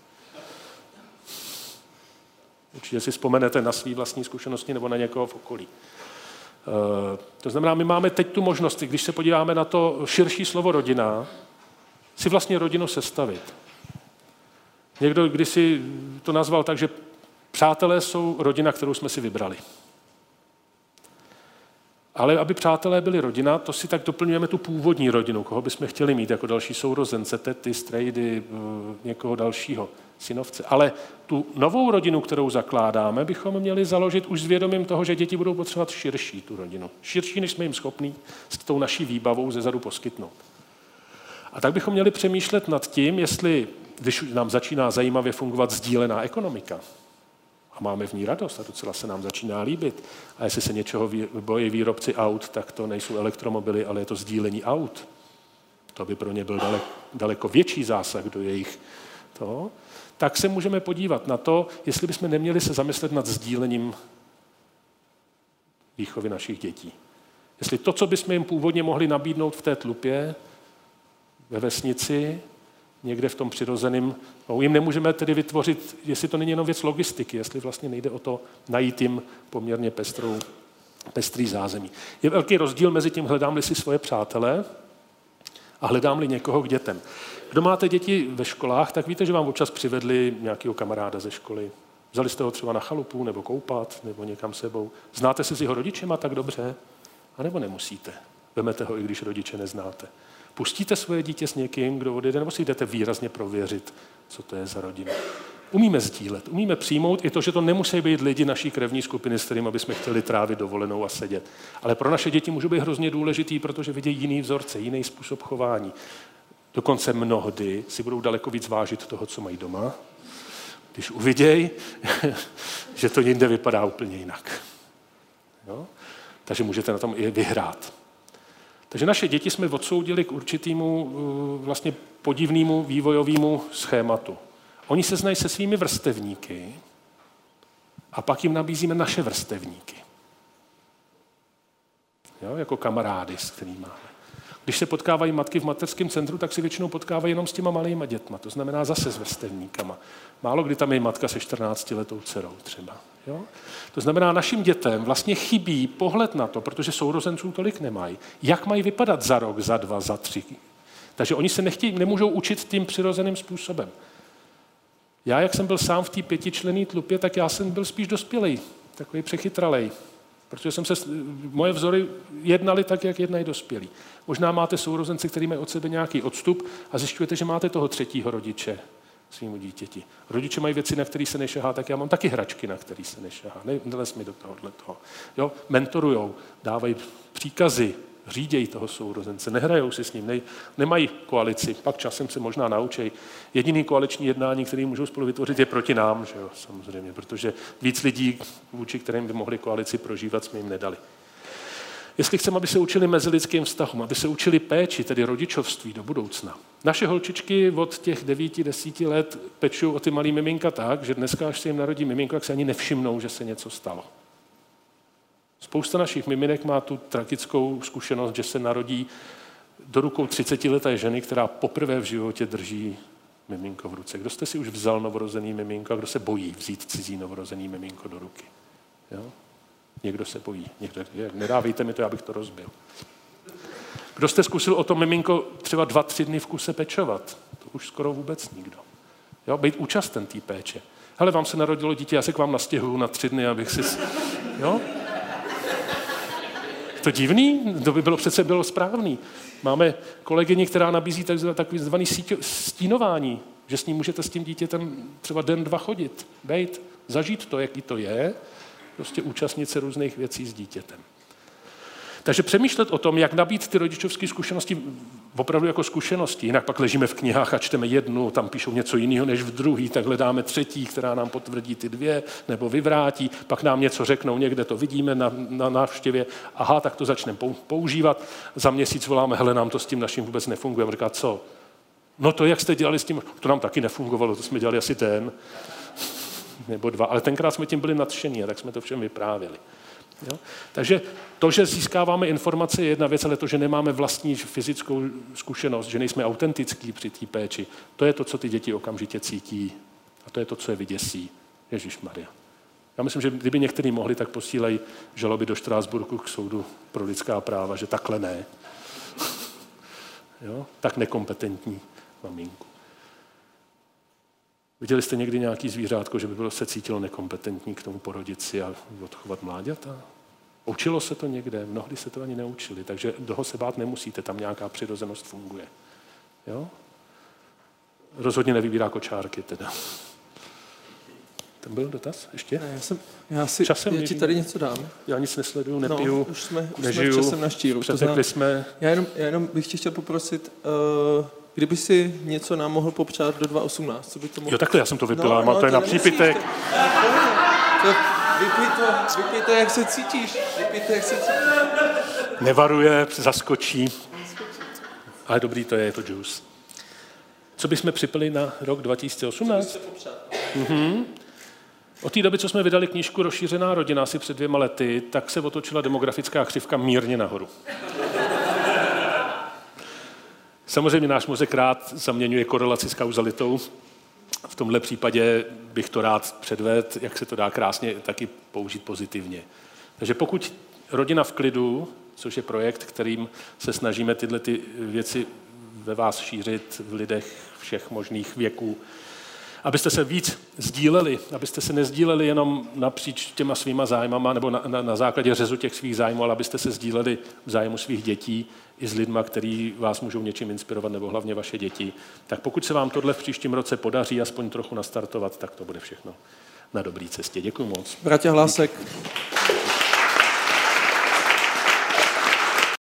Určitě si vzpomenete na své vlastní zkušenosti nebo na někoho v okolí. To znamená, my máme teď tu možnost, když se podíváme na to širší slovo rodina, si vlastně rodinu sestavit. Někdo kdysi to nazval tak, že přátelé jsou rodina, kterou jsme si vybrali. Ale aby přátelé byli rodina, to si tak doplňujeme tu původní rodinu, koho bychom chtěli mít jako další sourozence, tety, strejdy, někoho dalšího, synovce. Ale tu novou rodinu, kterou zakládáme, bychom měli založit už s vědomím toho, že děti budou potřebovat širší tu rodinu. Širší, než jsme jim schopní s tou naší výbavou zezadu poskytnout. A tak bychom měli přemýšlet nad tím, jestli, když nám začíná zajímavě fungovat sdílená ekonomika, a máme v ní radost a docela se nám začíná líbit. A jestli se něčeho bojí výrobci aut, tak to nejsou elektromobily, ale je to sdílení aut. To by pro ně byl daleko větší zásah do jejich toho. Tak se můžeme podívat na to, jestli bychom neměli se zamyslet nad sdílením výchovy našich dětí. Jestli to, co bychom jim původně mohli nabídnout v té tlupě, ve vesnici, někde v tom přirozeném, jim nemůžeme tedy vytvořit, jestli to není jenom věc logistiky, jestli vlastně nejde o to najít jim poměrně pestrý zázemí. Je velký rozdíl mezi tím, hledám-li si svoje přátele a hledám-li někoho k dětem. Kdo máte děti ve školách, tak víte, že vám občas přivedli nějakého kamaráda ze školy. Vzali jste ho třeba na chalupu, nebo koupat, nebo někam sebou. Znáte se s jeho rodičema tak dobře? A nebo nemusíte? Vemete ho, i když rodiče neznáte. Pustíte svoje dítě s někým, kdo odjede, nebo si jdete výrazně prověřit, co to je za rodinu. Umíme sdílet, umíme přijmout i to, že to nemusí být lidi naší krevní skupiny, s kterými bychom chtěli trávit dovolenou a sedět. Ale pro naše děti můžou být hrozně důležitý, protože vidějí jiný vzorce, jiný způsob chování. Dokonce mnohdy si budou daleko víc vážit toho, co mají doma, když uvidějí, že to jinde vypadá úplně jinak. Jo? Takže můžete na tom i vyhrát. Takže naše děti jsme odsoudili k určitému vlastně podivnému vývojovému schématu. Oni se znají se svými vrstevníky a pak jim nabízíme naše vrstevníky. Jo, jako kamarády, s kterými máme. Když se potkávají matky v mateřském centru, tak si většinou potkávají jenom s těma malýma dětma, to znamená zase s vrstevníkama. Málo kdy tam je matka se 14letou dcerou třeba. Jo? To znamená, našim dětem vlastně chybí pohled na to, protože sourozenců tolik nemají, jak mají vypadat za rok, za 2, za 3. Takže oni se nemůžou učit tím přirozeným způsobem. Já, jak jsem byl sám v té 5členné tlupě, tak já jsem byl spíš dospělej, takový přechytralej. Protože moje vzory jednaly tak, jak jednají dospělí. Možná máte sourozence, který mají od sebe nějaký odstup a zjišťujete, že máte toho třetího rodiče svýmu dítěti. Rodiče mají věci, na které se nešahá, tak já mám taky hračky, na které se nešahá. Nelez mi do tohohle toho. Jo? Mentorujou, dávají příkazy, řídějí toho sourozence, nehrajou si s ním, nemají koalici, pak časem se možná naučí. Jediný koaliční jednání, který můžou spolu vytvořit, je proti nám, že jo, samozřejmě, protože víc lidí, vůči kterým by mohli koalici prožívat, jsme jim nedali. Jestli chceme, aby se učili mezilidským vztahům, aby se učili péči, tedy rodičovství do budoucna. Naše holčičky od těch 9-10 let pečují o ty malý miminka tak, že dneska, až se jim narodí miminko, tak se ani nevšimnou, že se něco stalo. Spousta našich miminek má tu tragickou zkušenost, že se narodí do rukou 30leté ženy, která poprvé v životě drží miminko v ruce. Kdo jste si už vzal novorozený miminko a kdo se bojí vzít cizí novorozený miminko do ruky? Jo? Někdo se bojí. Někdo, nedávejte mi to, abych to rozbil. Kdo jste zkusil o to miminko třeba 2-3 dny v kuse pečovat? To už skoro vůbec nikdo. Jo? Být účasten té péče. Hele, vám se narodilo dítě, já se k vám nastěhuju na 3 dny, abych si... Jo? To divný? To by přece bylo správný. Máme kolegyni, která nabízí takzvaný stínování, že s ním můžete s tím dítětem třeba den, 2 chodit, bejt, zažít to, jaký to je, prostě účastnit se různých věcí s dítětem. Takže přemýšlet o tom, jak nabít ty rodičovské zkušenosti opravdu jako zkušenosti. Jinak pak ležíme v knihách a čteme jednu, tam píšou něco jiného než v druhý, tak hledáme třetí, která nám potvrdí ty 2, nebo vyvrátí, pak nám něco řeknou, někde to vidíme na návštěvě, aha, tak to začneme používat, za měsíc voláme, hele, nám to s tím naším vůbec nefunguje. A říká, co? No to, jak jste dělali s tím, to nám taky nefungovalo, to jsme dělali asi den, nebo 2, ale tenkrát jsme tím byli nadšení a tak jsme to všem vyprávěli. Jo? Takže to, že získáváme informace, je jedna věc, ale to, že nemáme vlastní fyzickou zkušenost, že nejsme autentický při té péči, to je to, co ty děti okamžitě cítí. A to je to, co je vyděsí. Ježišmarja. Já myslím, že kdyby někteří mohli, tak posílají žaloby do Štrásburku k soudu pro lidská práva, že takhle ne. Jo? Tak nekompetentní maminku. Viděli jste někdy nějaký zvířátko, že by se cítilo nekompetentní k tomu porodit si a odchovat mláďata? Učilo se to někde? Mnohdy se to ani neučili, takže toho se bát nemusíte, tam nějaká přirozenost funguje. Jo? Rozhodně nevybírá kočárky teda. Tam byl dotaz ještě? Ne, já ti tady něco dám. Já nic nesleduju, nepiju, no, už jsme nežiju, časem na štíru. přetekli jsme. Já jenom bych tě chtěl poprosit, kdyby si něco nám mohl popřát do 2018, co by to mohlo... Jo, takhle já jsem to vypila, mám tady na přípitek. Vypij to, jak se cítíš. Nevaruje, zaskočí. Ale dobrý to je to džus. Co bychom připili na rok 2018? Od té doby, co jsme vydali knížku Rozšířená rodina asi před 2 lety, tak se otočila demografická křivka mírně nahoru. Samozřejmě náš mozek rád zaměňuje korelaci s kauzalitou. V tomhle případě bych to rád předvedl, jak se to dá krásně taky použít pozitivně. Takže pokud Rodina v klidu, což je projekt, kterým se snažíme tyhle ty věci ve vás šířit v lidech všech možných věků, abyste se víc sdíleli, abyste se nezdíleli jenom napříč těma svýma zájmama nebo na základě řezu těch svých zájmů, ale abyste se sdíleli v zájmu svých dětí i s lidma, který vás můžou něčím inspirovat, nebo hlavně vaše děti. Tak pokud se vám tohle v příštím roce podaří aspoň trochu nastartovat, tak to bude všechno na dobré cestě. Děkuji moc. Bratia Hlásek.